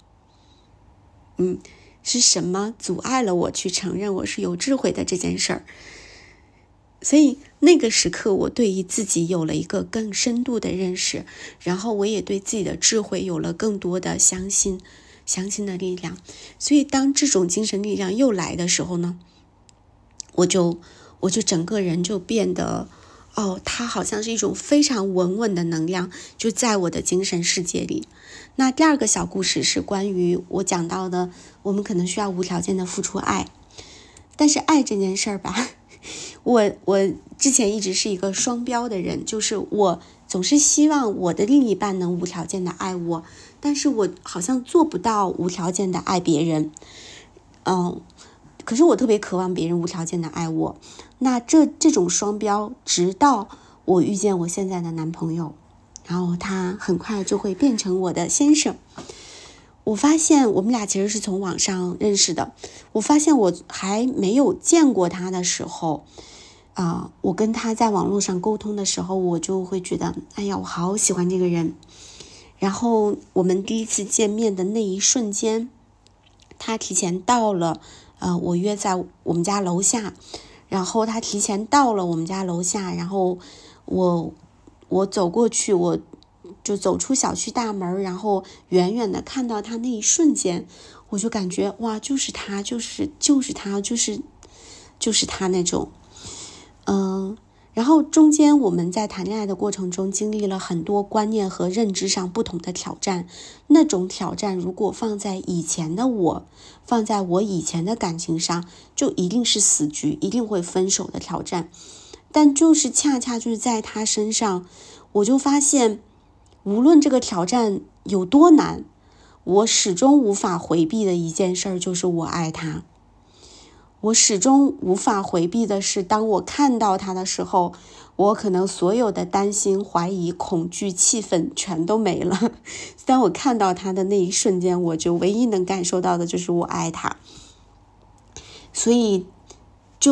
是什么阻碍了我去承认我是有智慧的这件事儿？所以那个时刻我对于自己有了一个更深度的认识，然后我也对自己的智慧有了更多的相信的力量。所以当这种精神力量又来的时候呢，我就整个人就变得它好像是一种非常稳的能量，就在我的精神世界里。那第2个小故事是关于我讲到的，我们可能需要无条件的付出爱。但是爱这件事儿吧，我之前一直是一个双标的人，就是我总是希望我的另一半能无条件的爱我，但是我好像做不到无条件的爱别人。可是我特别渴望别人无条件的爱我。那这种双标，直到我遇见我现在的男朋友，然后他很快就会变成我的先生。我发现我们俩其实是从网上认识的。我发现我还没有见过他的时候，我跟他在网络上沟通的时候，我就会觉得，哎呀，我好喜欢这个人。然后我们第一次见面的那一瞬间，他提前到了，我约在我们家楼下，然后他提前到了我们家楼下，然后我走过去，我就走出小区大门，然后远远的看到他那一瞬间，我就感觉哇，就是他，就是他，就是他那种。然后中间我们在谈恋爱的过程中经历了很多观念和认知上不同的挑战，那种挑战如果放在以前的我，放在我以前的感情上，就一定是死局，一定会分手的挑战。但就是恰恰就是在他身上，我就发现无论这个挑战有多难，我始终无法回避的一件事就是我爱他。我始终无法回避的是，当我看到他的时候，我可能所有的担心、怀疑、恐惧、气愤全都没了。当我看到他的那一瞬间，我就唯一能感受到的就是我爱他。所以就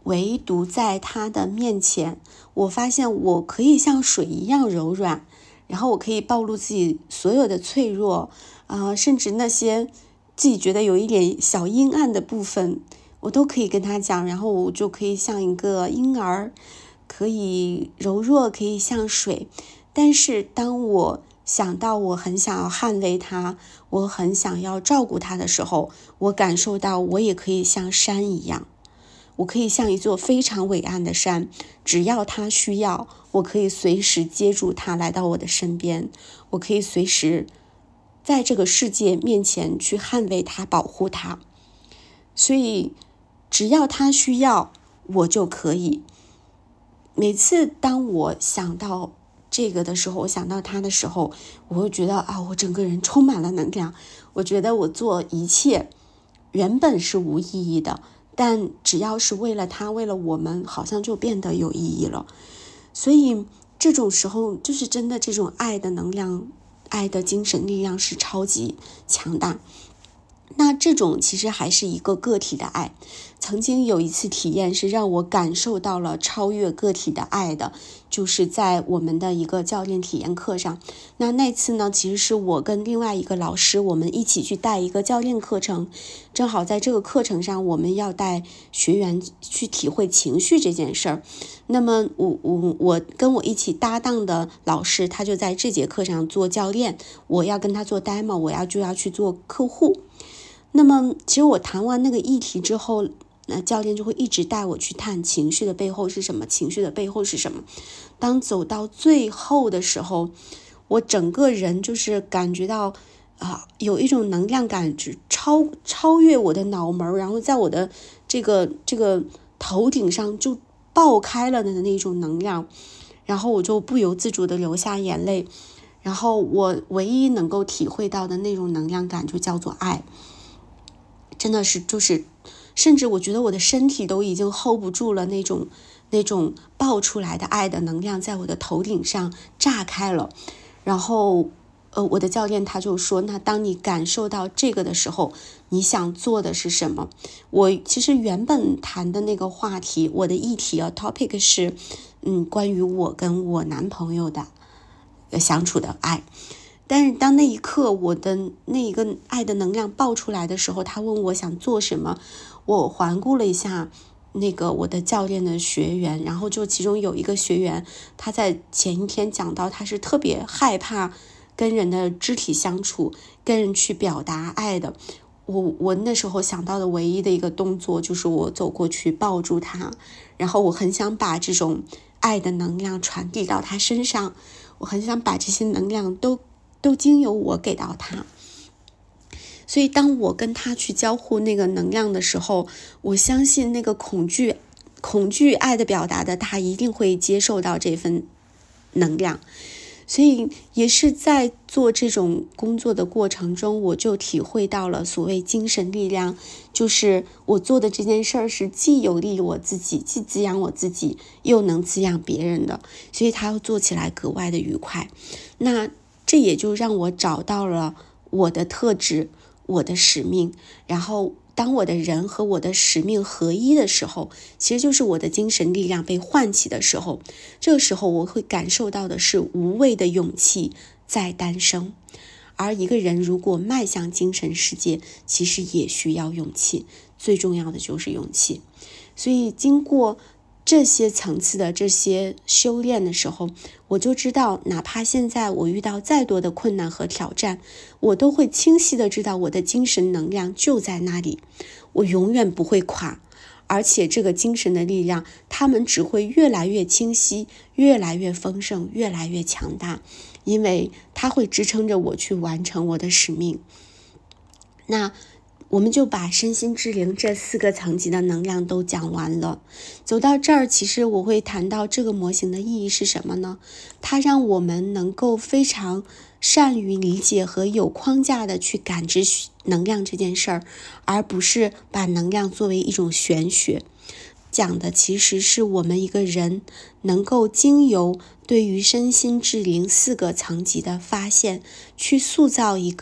唯独在他的面前，我发现我可以像水一样柔软，然后我可以暴露自己所有的脆弱，甚至那些自己觉得有一点小阴暗的部分，我都可以跟他讲，然后我就可以像一个婴儿，可以柔弱，可以像水。但是当我想到我很想要捍卫他，我很想要照顾他的时候，我感受到我也可以像山一样，我可以像一座非常伟岸的山，只要他需要，我可以随时接住他来到我的身边，我可以随时在这个世界面前去捍卫他，保护他。所以只要他需要，我就可以。每次当我想到这个的时候，我想到他的时候，我会觉得我整个人充满了能量。我觉得我做一切原本是无意义的，但只要是为了他，为了我们，好像就变得有意义了。所以这种时候，就是真的这种爱的能量，爱的精神力量是超级强大。那这种其实还是一个个体的爱。曾经有一次体验是让我感受到了超越个体的爱的，就是在我们的一个教练体验课上。那次呢，其实是我跟另外一个老师，我们一起去带一个教练课程。正好在这个课程上，我们要带学员去体会情绪这件事儿。那么我跟我一起搭档的老师，他就在这节课上做教练，我要跟他做 demo， 我就要去做客户。那么其实我谈完那个议题之后，教练就会一直带我去探情绪的背后是什么，情绪的背后是什么。当走到最后的时候，我整个人就是感觉到有一种能量感超越我的脑门，然后在我的这个头顶上就爆开了的那种能量，然后我就不由自主的流下眼泪。然后我唯一能够体会到的那种能量感就叫做爱。真的是甚至我觉得我的身体都已经 hold 不住了，那种爆出来的爱的能量在我的头顶上炸开了。然后我的教练他就说，那当你感受到这个的时候，你想做的是什么？我其实原本谈的那个话题，我的议题topic 是关于我跟我男朋友的相处的爱。但是当那一刻我的那一个爱的能量爆出来的时候，他问我想做什么，我环顾了一下我的教练的学员，然后就其中有一个学员，他在前一天讲到他是特别害怕跟人的肢体相处，跟人去表达爱的。我那时候想到的唯一的一个动作就是我走过去抱住他，然后我很想把这种爱的能量传递到他身上，我很想把这些能量都经由我给到他。所以当我跟他去交互那个能量的时候，我相信那个恐惧爱的表达的，他一定会接受到这份能量。所以也是在做这种工作的过程中，我就体会到了所谓精神力量，就是我做的这件事儿是既有利于我自己，既滋养我自己，又能滋养别人的，所以它要做起来格外的愉快。那这也就让我找到了我的特质，我的使命。然后当我的人和我的使命合一的时候，其实就是我的精神力量被唤起的时候。这个时候我会感受到的是无畏的勇气在诞生。而一个人如果迈向精神世界，其实也需要勇气，最重要的就是勇气。所以经过这些层次的这些修炼的时候，我就知道哪怕现在我遇到再多的困难和挑战，我都会清晰的知道我的精神能量就在那里，我永远不会垮。而且这个精神的力量，它们只会越来越清晰，越来越丰盛，越来越强大，因为它会支撑着我去完成我的使命。那我们就把身心智灵这4个层级的能量都讲完了。走到这儿，其实我会谈到这个模型的意义是什么呢？它让我们能够非常善于理解和有框架的去感知能量这件事儿，而不是把能量作为一种玄学。讲的其实是我们一个人能够经由对于身心智灵4个层级的发现，去塑造一个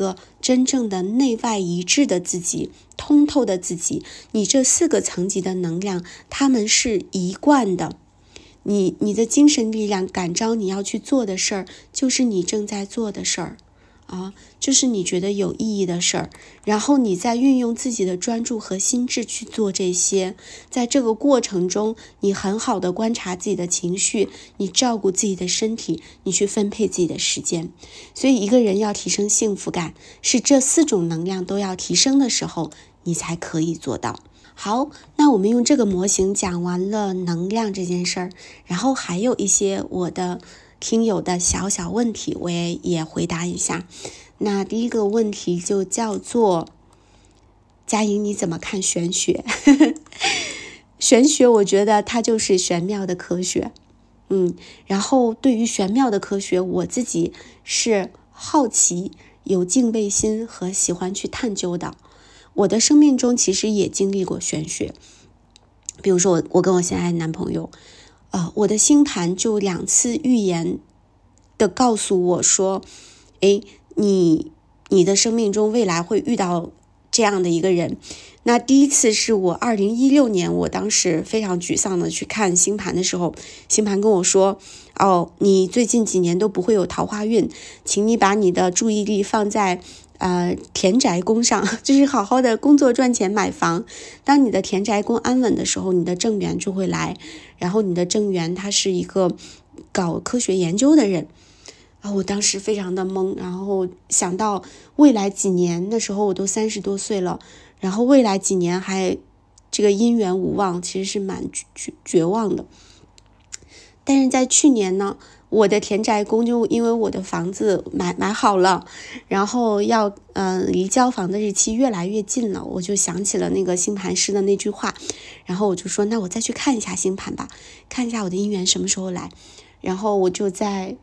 真正的内外一致的自己，通透的自己，你这4个层级的能量，它们是一贯的。你的精神力量感召你要去做的事儿，就是你正在做的事儿就是你觉得有意义的事儿，然后你再运用自己的专注和心智去做这些。在这个过程中，你很好的观察自己的情绪，你照顾自己的身体，你去分配自己的时间。所以一个人要提升幸福感，是这4种能量都要提升的时候，你才可以做到。好，那我们用这个模型讲完了能量这件事儿，然后还有一些我的听友的小问题，我也回答一下。那第一个问题就叫做，佳莹你怎么看玄学？玄学我觉得它就是玄妙的科学，然后对于玄妙的科学，我自己是好奇、有敬畏心和喜欢去探究的。我的生命中其实也经历过玄学，比如说我跟我现在的男朋友，我的星盘就2次预言的告诉我说，你的生命中未来会遇到这样的一个人。那第一次是我2016年，我当时非常沮丧的去看星盘的时候，星盘跟我说，你最近几年都不会有桃花运，请你把你的注意力放在田宅宫上，就是好好的工作赚钱买房。当你的田宅宫安稳的时候，你的正缘就会来。然后你的正缘他是一个搞科学研究的人我当时非常的懵，然后想到未来几年，那时候我都30多岁了，然后未来几年还这个姻缘无望，其实是蛮绝望的。但是在去年呢，我的田宅宫就因为我的房子买好了，然后要离交房的日期越来越近了，我就想起了那个星盘师的那句话，然后我就说那我再去看一下星盘吧，看一下我的姻缘什么时候来。然后我就在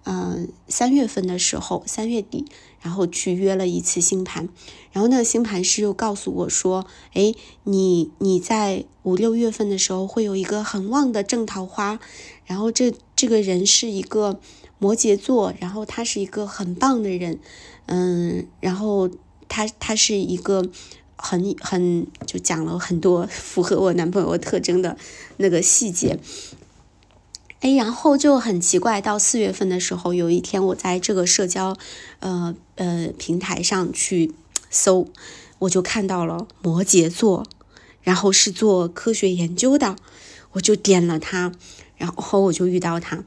3月份的时候，3月底，然后去约了一次星盘，然后那个星盘师又告诉我说，你在5、6月份的时候会有一个很旺的正桃花，然后这个人是一个摩羯座，然后他是一个很棒的人，然后他是一个很就讲了很多符合我男朋友特征的那个细节。然后就很奇怪，到4月份的时候，有一天我在这个社交平台上去搜，我就看到了摩羯座，然后是做科学研究的，我就点了他，然后我就遇到他。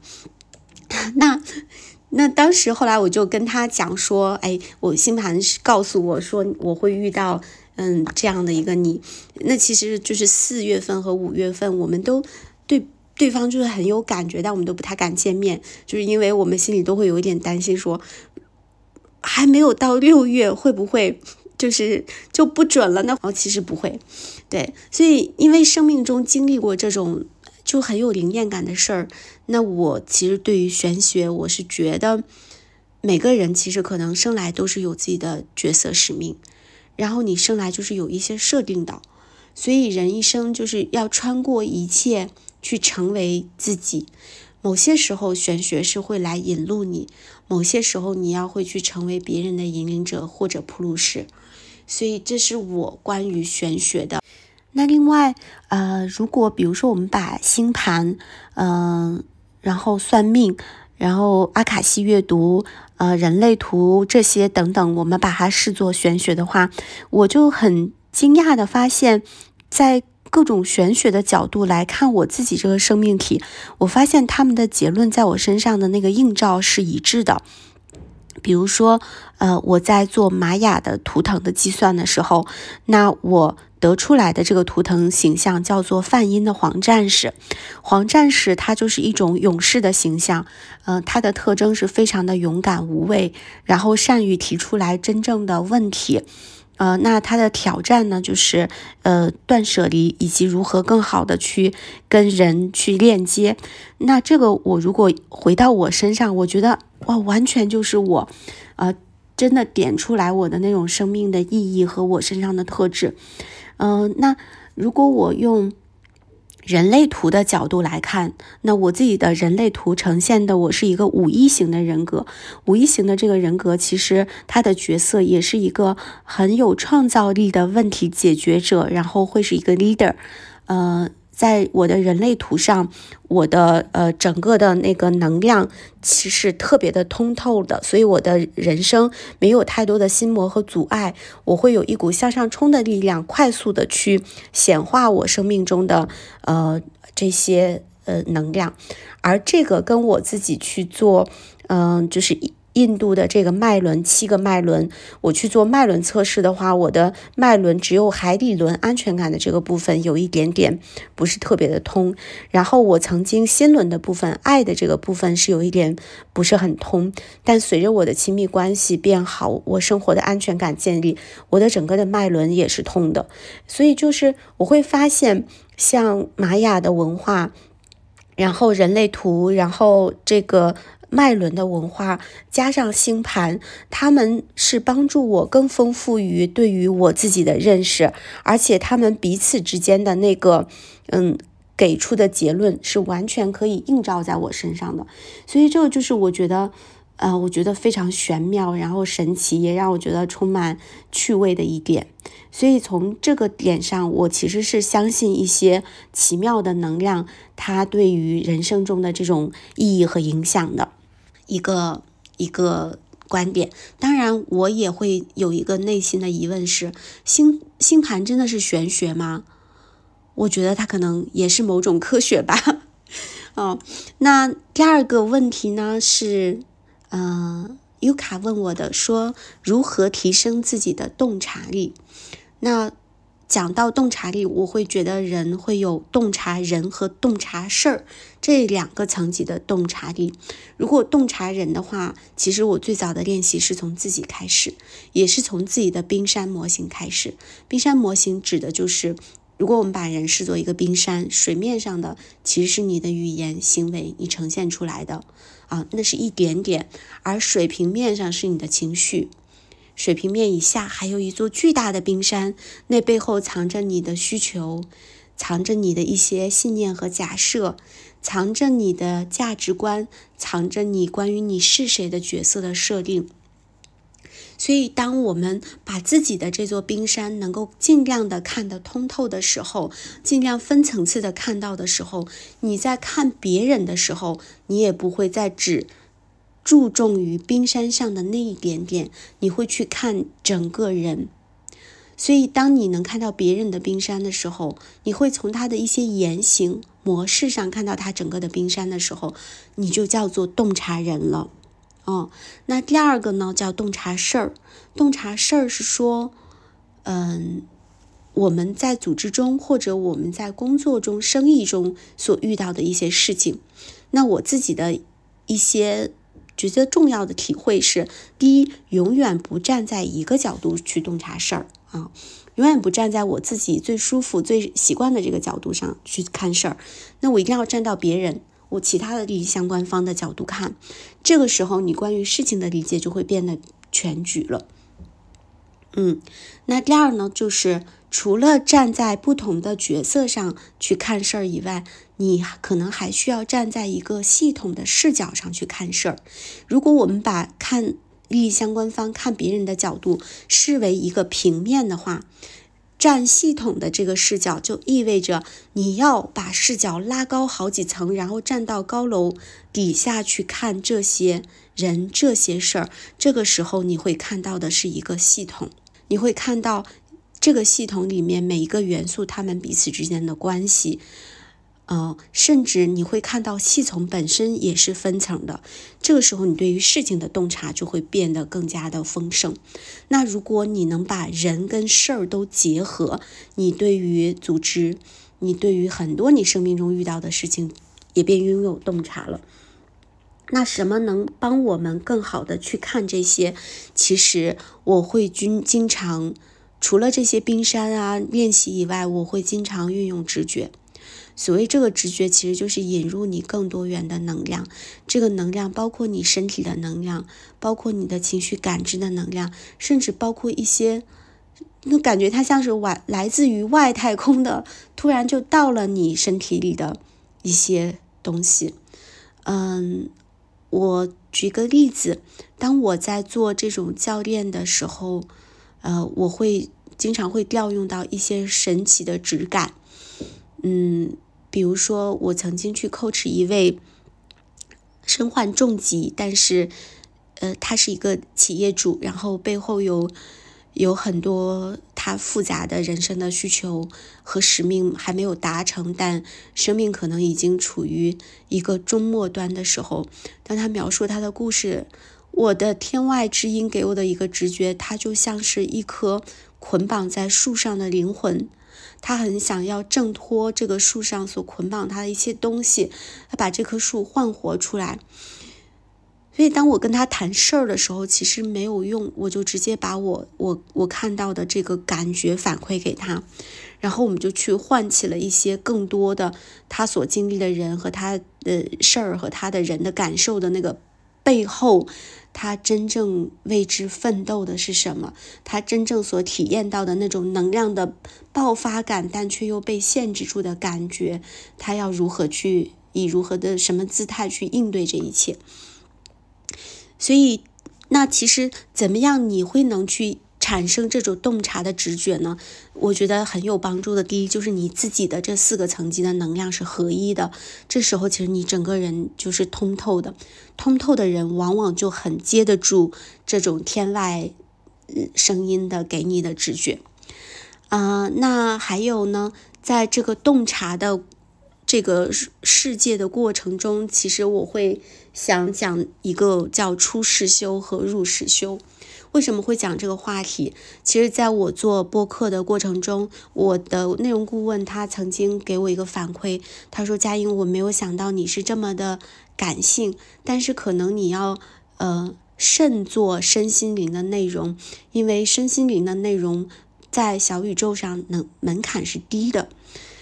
那当时后来我就跟他讲说，我星盘告诉我说我会遇到这样的一个你。那其实就是4月份和5月份，我们都对方就是很有感觉，但我们都不太敢见面，就是因为我们心里都会有一点担心，说还没有到6月会不会就不准了呢？其实不会，对，所以因为生命中经历过这种就很有灵验感的事儿，那我其实对于玄学，我是觉得每个人其实可能生来都是有自己的角色使命，然后你生来就是有一些设定的，所以人一生就是要穿过一切去成为自己。某些时候玄学是会来引路你，某些时候你要会去成为别人的引领者或者铺路石。所以这是我关于玄学的。那另外如果比如说我们把星盘然后算命，然后阿卡西阅读人类图这些等等，我们把它视作玄学的话，我就很惊讶的发现，在各种玄学的角度来看我自己这个生命体，我发现他们的结论在我身上的那个映照是一致的。比如说我在做玛雅的图腾的计算的时候，那我得出来的这个图腾形象叫做梵音的黄战士。黄战士他就是一种勇士的形象，他的特征是非常的勇敢无畏，然后善于提出来真正的问题。那他的挑战呢，就是断舍离以及如何更好的去跟人去链接。那这个我如果回到我身上，我觉得哇，完全就是我真的点出来我的那种生命的意义和我身上的特质。那如果我用人类图的角度来看，那我自己的人类图呈现的我是一个5E型的人格。5E型的这个人格，其实他的角色也是一个很有创造力的问题解决者，然后会是一个 leader。在我的人类图上，我的整个的那个能量其实特别的通透的，所以我的人生没有太多的心魔和阻碍，我会有一股向上冲的力量，快速的去显化我生命中的这些能量。而这个跟我自己去做就是印度的这个脉轮7个脉轮，我去做脉轮测试的话，我的脉轮只有海底轮安全感的这个部分有一点点不是特别的通，然后我曾经心轮的部分爱的这个部分是有一点不是很通，但随着我的亲密关系变好，我生活的安全感建立，我的整个的脉轮也是通的。所以就是我会发现像玛雅的文化，然后人类图，然后这个脉轮的文化加上星盘，他们是帮助我更丰富于对于我自己的认识，而且他们彼此之间的那个给出的结论是完全可以映照在我身上的。所以这个就是我觉得非常玄妙，然后神奇，也让我觉得充满趣味的一点。所以从这个点上，我其实是相信一些奇妙的能量，它对于人生中的这种意义和影响的一个观点。当然我也会有一个内心的疑问是，星盘真的是玄学吗？我觉得它可能也是某种科学吧。那第二个问题呢是尤卡问我的，说如何提升自己的洞察力。那讲到洞察力，我会觉得人会有洞察人和洞察事儿这2个层级的洞察力。如果洞察人的话，其实我最早的练习是从自己开始，也是从自己的冰山模型开始。冰山模型指的就是如果我们把人视作一个冰山，水面上的其实是你的语言行为你呈现出来的那是一点点，而水平面上是你的情绪，水平面以下还有一座巨大的冰山，那背后藏着你的需求，藏着你的一些信念和假设，藏着你的价值观，藏着你关于你是谁的角色的设定。所以当我们把自己的这座冰山能够尽量的看得通透的时候，尽量分层次的看到的时候，你在看别人的时候，你也不会再只注重于冰山上的那一点点，你会去看整个人。所以当你能看到别人的冰山的时候，你会从他的一些言行模式上看到他整个的冰山的时候，你就叫做洞察人了。那第二个呢叫洞察事儿。洞察事儿是说我们在组织中或者我们在工作中生意中所遇到的一些事情。那我自己的一些觉得重要的体会是，第一，永远不站在一个角度去洞察事儿永远不站在我自己最舒服最习惯的这个角度上去看事儿，那我一定要站到别人我其他的利益相关方的角度看，这个时候你关于事情的理解就会变得全局了。那第二呢，就是除了站在不同的角色上去看事儿以外，你可能还需要站在一个系统的视角上去看事儿。如果我们把看利益相关方看别人的角度视为一个平面的话，站系统的这个视角就意味着你要把视角拉高好几层，然后站到高楼底下去看这些人这些事儿。这个时候你会看到的是一个系统，你会看到这个系统里面每一个元素它们彼此之间的关系，甚至你会看到系统本身也是分层的。这个时候你对于事情的洞察就会变得更加的丰盛。那如果你能把人跟事儿都结合，你对于组织，你对于很多你生命中遇到的事情也便拥有洞察了。那什么能帮我们更好的去看这些？其实我会经常除了这些冰山练习以外，我会经常运用直觉。所谓这个直觉其实就是引入你更多元的能量，这个能量包括你身体的能量，包括你的情绪感知的能量，甚至包括一些就感觉它像是来自于外太空的，突然就到了你身体里的一些东西。我举个例子，当我在做这种教练的时候，我会经常会调用到一些神奇的质感。比如说我曾经去 coach 一位身患重疾，但是他是一个企业主，然后背后有很多他复杂的人生的需求和使命还没有达成，但生命可能已经处于一个终末端的时候，当他描述他的故事，我的天外之音给我的一个直觉，他就像是一颗捆绑在树上的灵魂，他很想要挣脱这个树上所捆绑他的一切东西，他把这棵树唤活出来。所以当我跟他谈事儿的时候，其实没有用，我就直接把我看到的这个感觉反馈给他，然后我们就去唤起了一些更多的他所经历的人和他的事儿和他的人的感受的那个背后，他真正为之奋斗的是什么，他真正所体验到的那种能量的爆发感，但却又被限制住的感觉，他要如何去以如何的什么姿态去应对这一切。所以那其实怎么样你会能去产生这种洞察的直觉呢？我觉得很有帮助的，第一就是你自己的这4个层级的能量是合一的，这时候其实你整个人就是通透的，通透的人往往就很接得住这种天外声音的给你的直觉。那还有呢，在这个洞察的这个世界的过程中，其实我会想讲一个叫出世修和入世修。为什么会讲这个话题？其实在我做播客的过程中，我的内容顾问他曾经给我一个反馈，他说佳音，我没有想到你是这么的感性，但是可能你要慎做身心灵的内容，因为身心灵的内容在小宇宙上门槛是低的。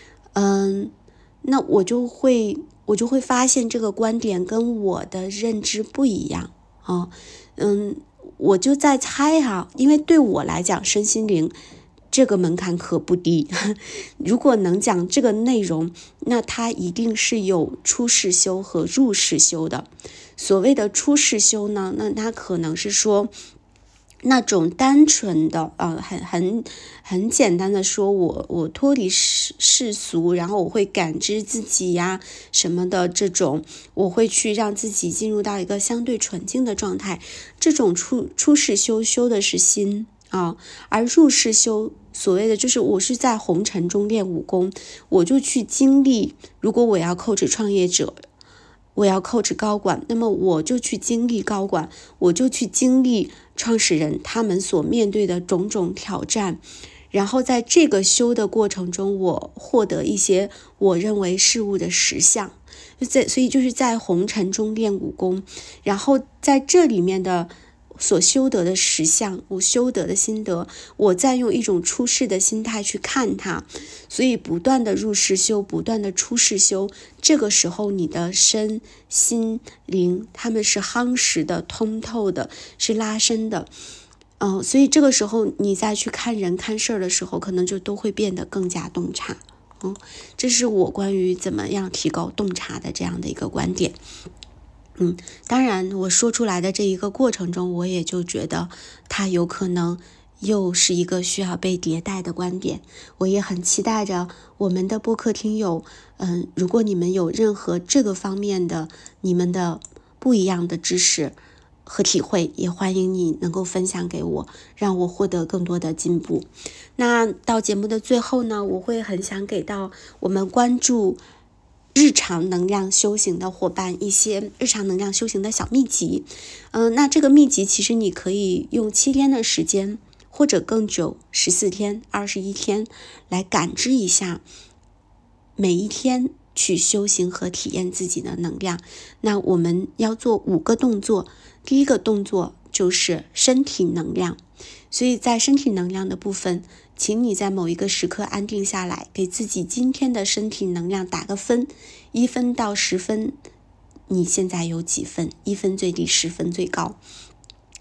那我就会发现这个观点跟我的认知不一样啊。我就在猜哈，因为对我来讲身心灵这个门槛可不低，如果能讲这个内容，那它一定是有出世修和入世修的。所谓的出世修呢，那它可能是说那种单纯的很简单的说，我脱离世俗，然后我会感知自己呀什么的，这种我会去让自己进入到一个相对纯净的状态，这种出世修的是心啊，而入世修所谓的就是我是在红尘中练武功，我就去经历，如果我要coach创业者，我要coach高管，那么我就去经历高管，我就去经历创始人他们所面对的种种挑战，然后在这个修的过程中，我获得一些我认为事物的实相，所以就是在红尘中练武功，然后在这里面的所修得的实相，我修得的心得，我再用一种出世的心态去看它，所以不断的入世修，不断的出世修，这个时候你的身心灵他们是夯实的，通透的，是拉伸的。所以这个时候你再去看人看事儿的时候，可能就都会变得更加洞察。这是我关于怎么样提高洞察的这样的一个观点。当然我说出来的这一个过程中，我也就觉得它有可能又是一个需要被迭代的观点。我也很期待着我们的播客听友，如果你们有任何这个方面的你们的不一样的知识和体会，也欢迎你能够分享给我，让我获得更多的进步。那到节目的最后呢，我会很想给到我们关注日常能量修行的伙伴一些日常能量修行的小秘籍。那这个秘籍其实你可以用7天的时间或者更久，14天、21天来感知一下，每一天去修行和体验自己的能量。那我们要做5个动作，第一个动作就是身体能量。所以在身体能量的部分，请你在某一个时刻安定下来，给自己今天的身体能量打个分，1分到10分，你现在有几分？1分最低，10分最高。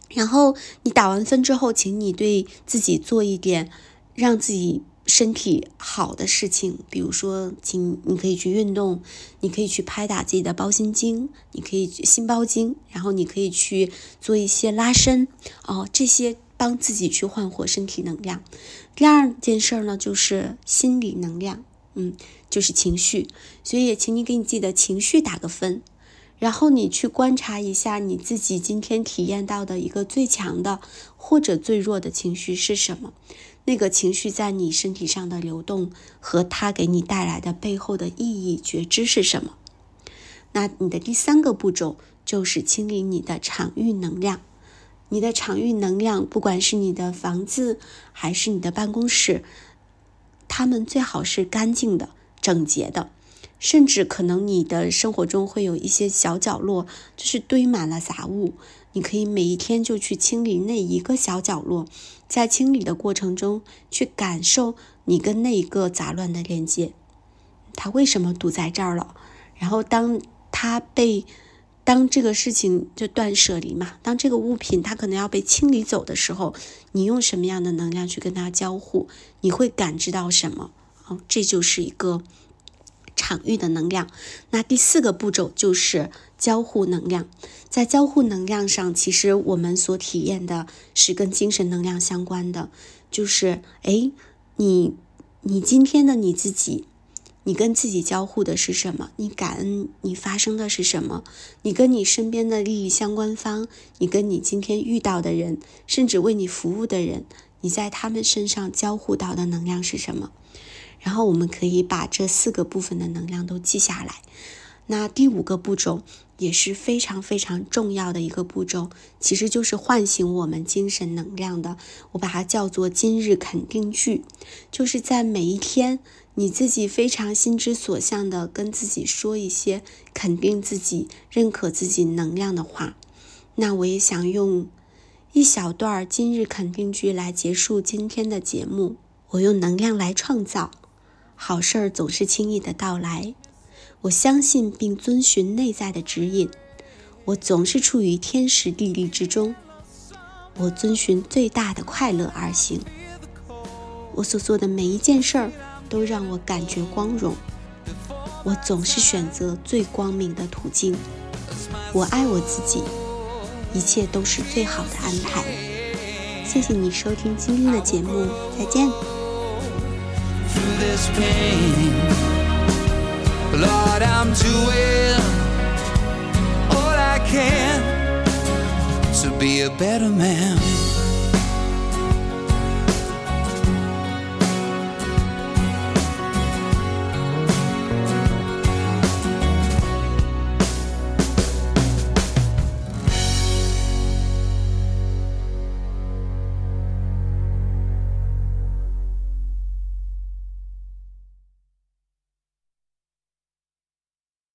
然后你打完分之后，请你对自己做一点让自己身体好的事情，比如说你可以去运动，你可以去拍打自己的包心经，你可以心包经，然后你可以去做一些拉伸这些帮自己去焕活身体能量。第二件事呢，就是心理能量，就是情绪，所以也请你给你自己的情绪打个分，然后你去观察一下你自己今天体验到的一个最强的或者最弱的情绪是什么，那个情绪在你身体上的流动和它给你带来的背后的意义觉知是什么。那你的第3个步骤就是清理你的场域能量。你的场域能量，不管是你的房子还是你的办公室，它们最好是干净的、整洁的，甚至可能你的生活中会有一些小角落，就是堆满了杂物，你可以每一天就去清理那一个小角落，在清理的过程中去感受你跟那一个杂乱的连接，它为什么堵在这儿了，然后当这个事情就断舍离嘛，当这个物品它可能要被清理走的时候，你用什么样的能量去跟它交互，你会感知到什么？这就是一个场域的能量。那第4个步骤就是交互能量。在交互能量上，其实我们所体验的是跟精神能量相关的，就是你今天的你自己，你跟自己交互的是什么？你感恩你发生的是什么？你跟你身边的利益相关方，你跟你今天遇到的人，甚至为你服务的人，你在他们身上交互到的能量是什么？然后我们可以把这4个部分的能量都记下来。那第5个步骤也是非常非常重要的一个步骤，其实就是唤醒我们精神能量的，我把它叫做今日肯定句，就是在每一天你自己非常心之所向的跟自己说一些肯定自己、认可自己能量的话。那我也想用一小段今日肯定句来结束今天的节目。我用能量来创造，好事儿总是轻易的到来。我相信并遵循内在的指引，我总是处于天时地利之中。我遵循最大的快乐而行，我所做的每一件事儿都让我感觉光荣。我总是选择最光明的途径。我爱我自己，一切都是最好的安排。谢谢你收听今天的节目，再见。 Lord, I'm doing all I can to be a better man.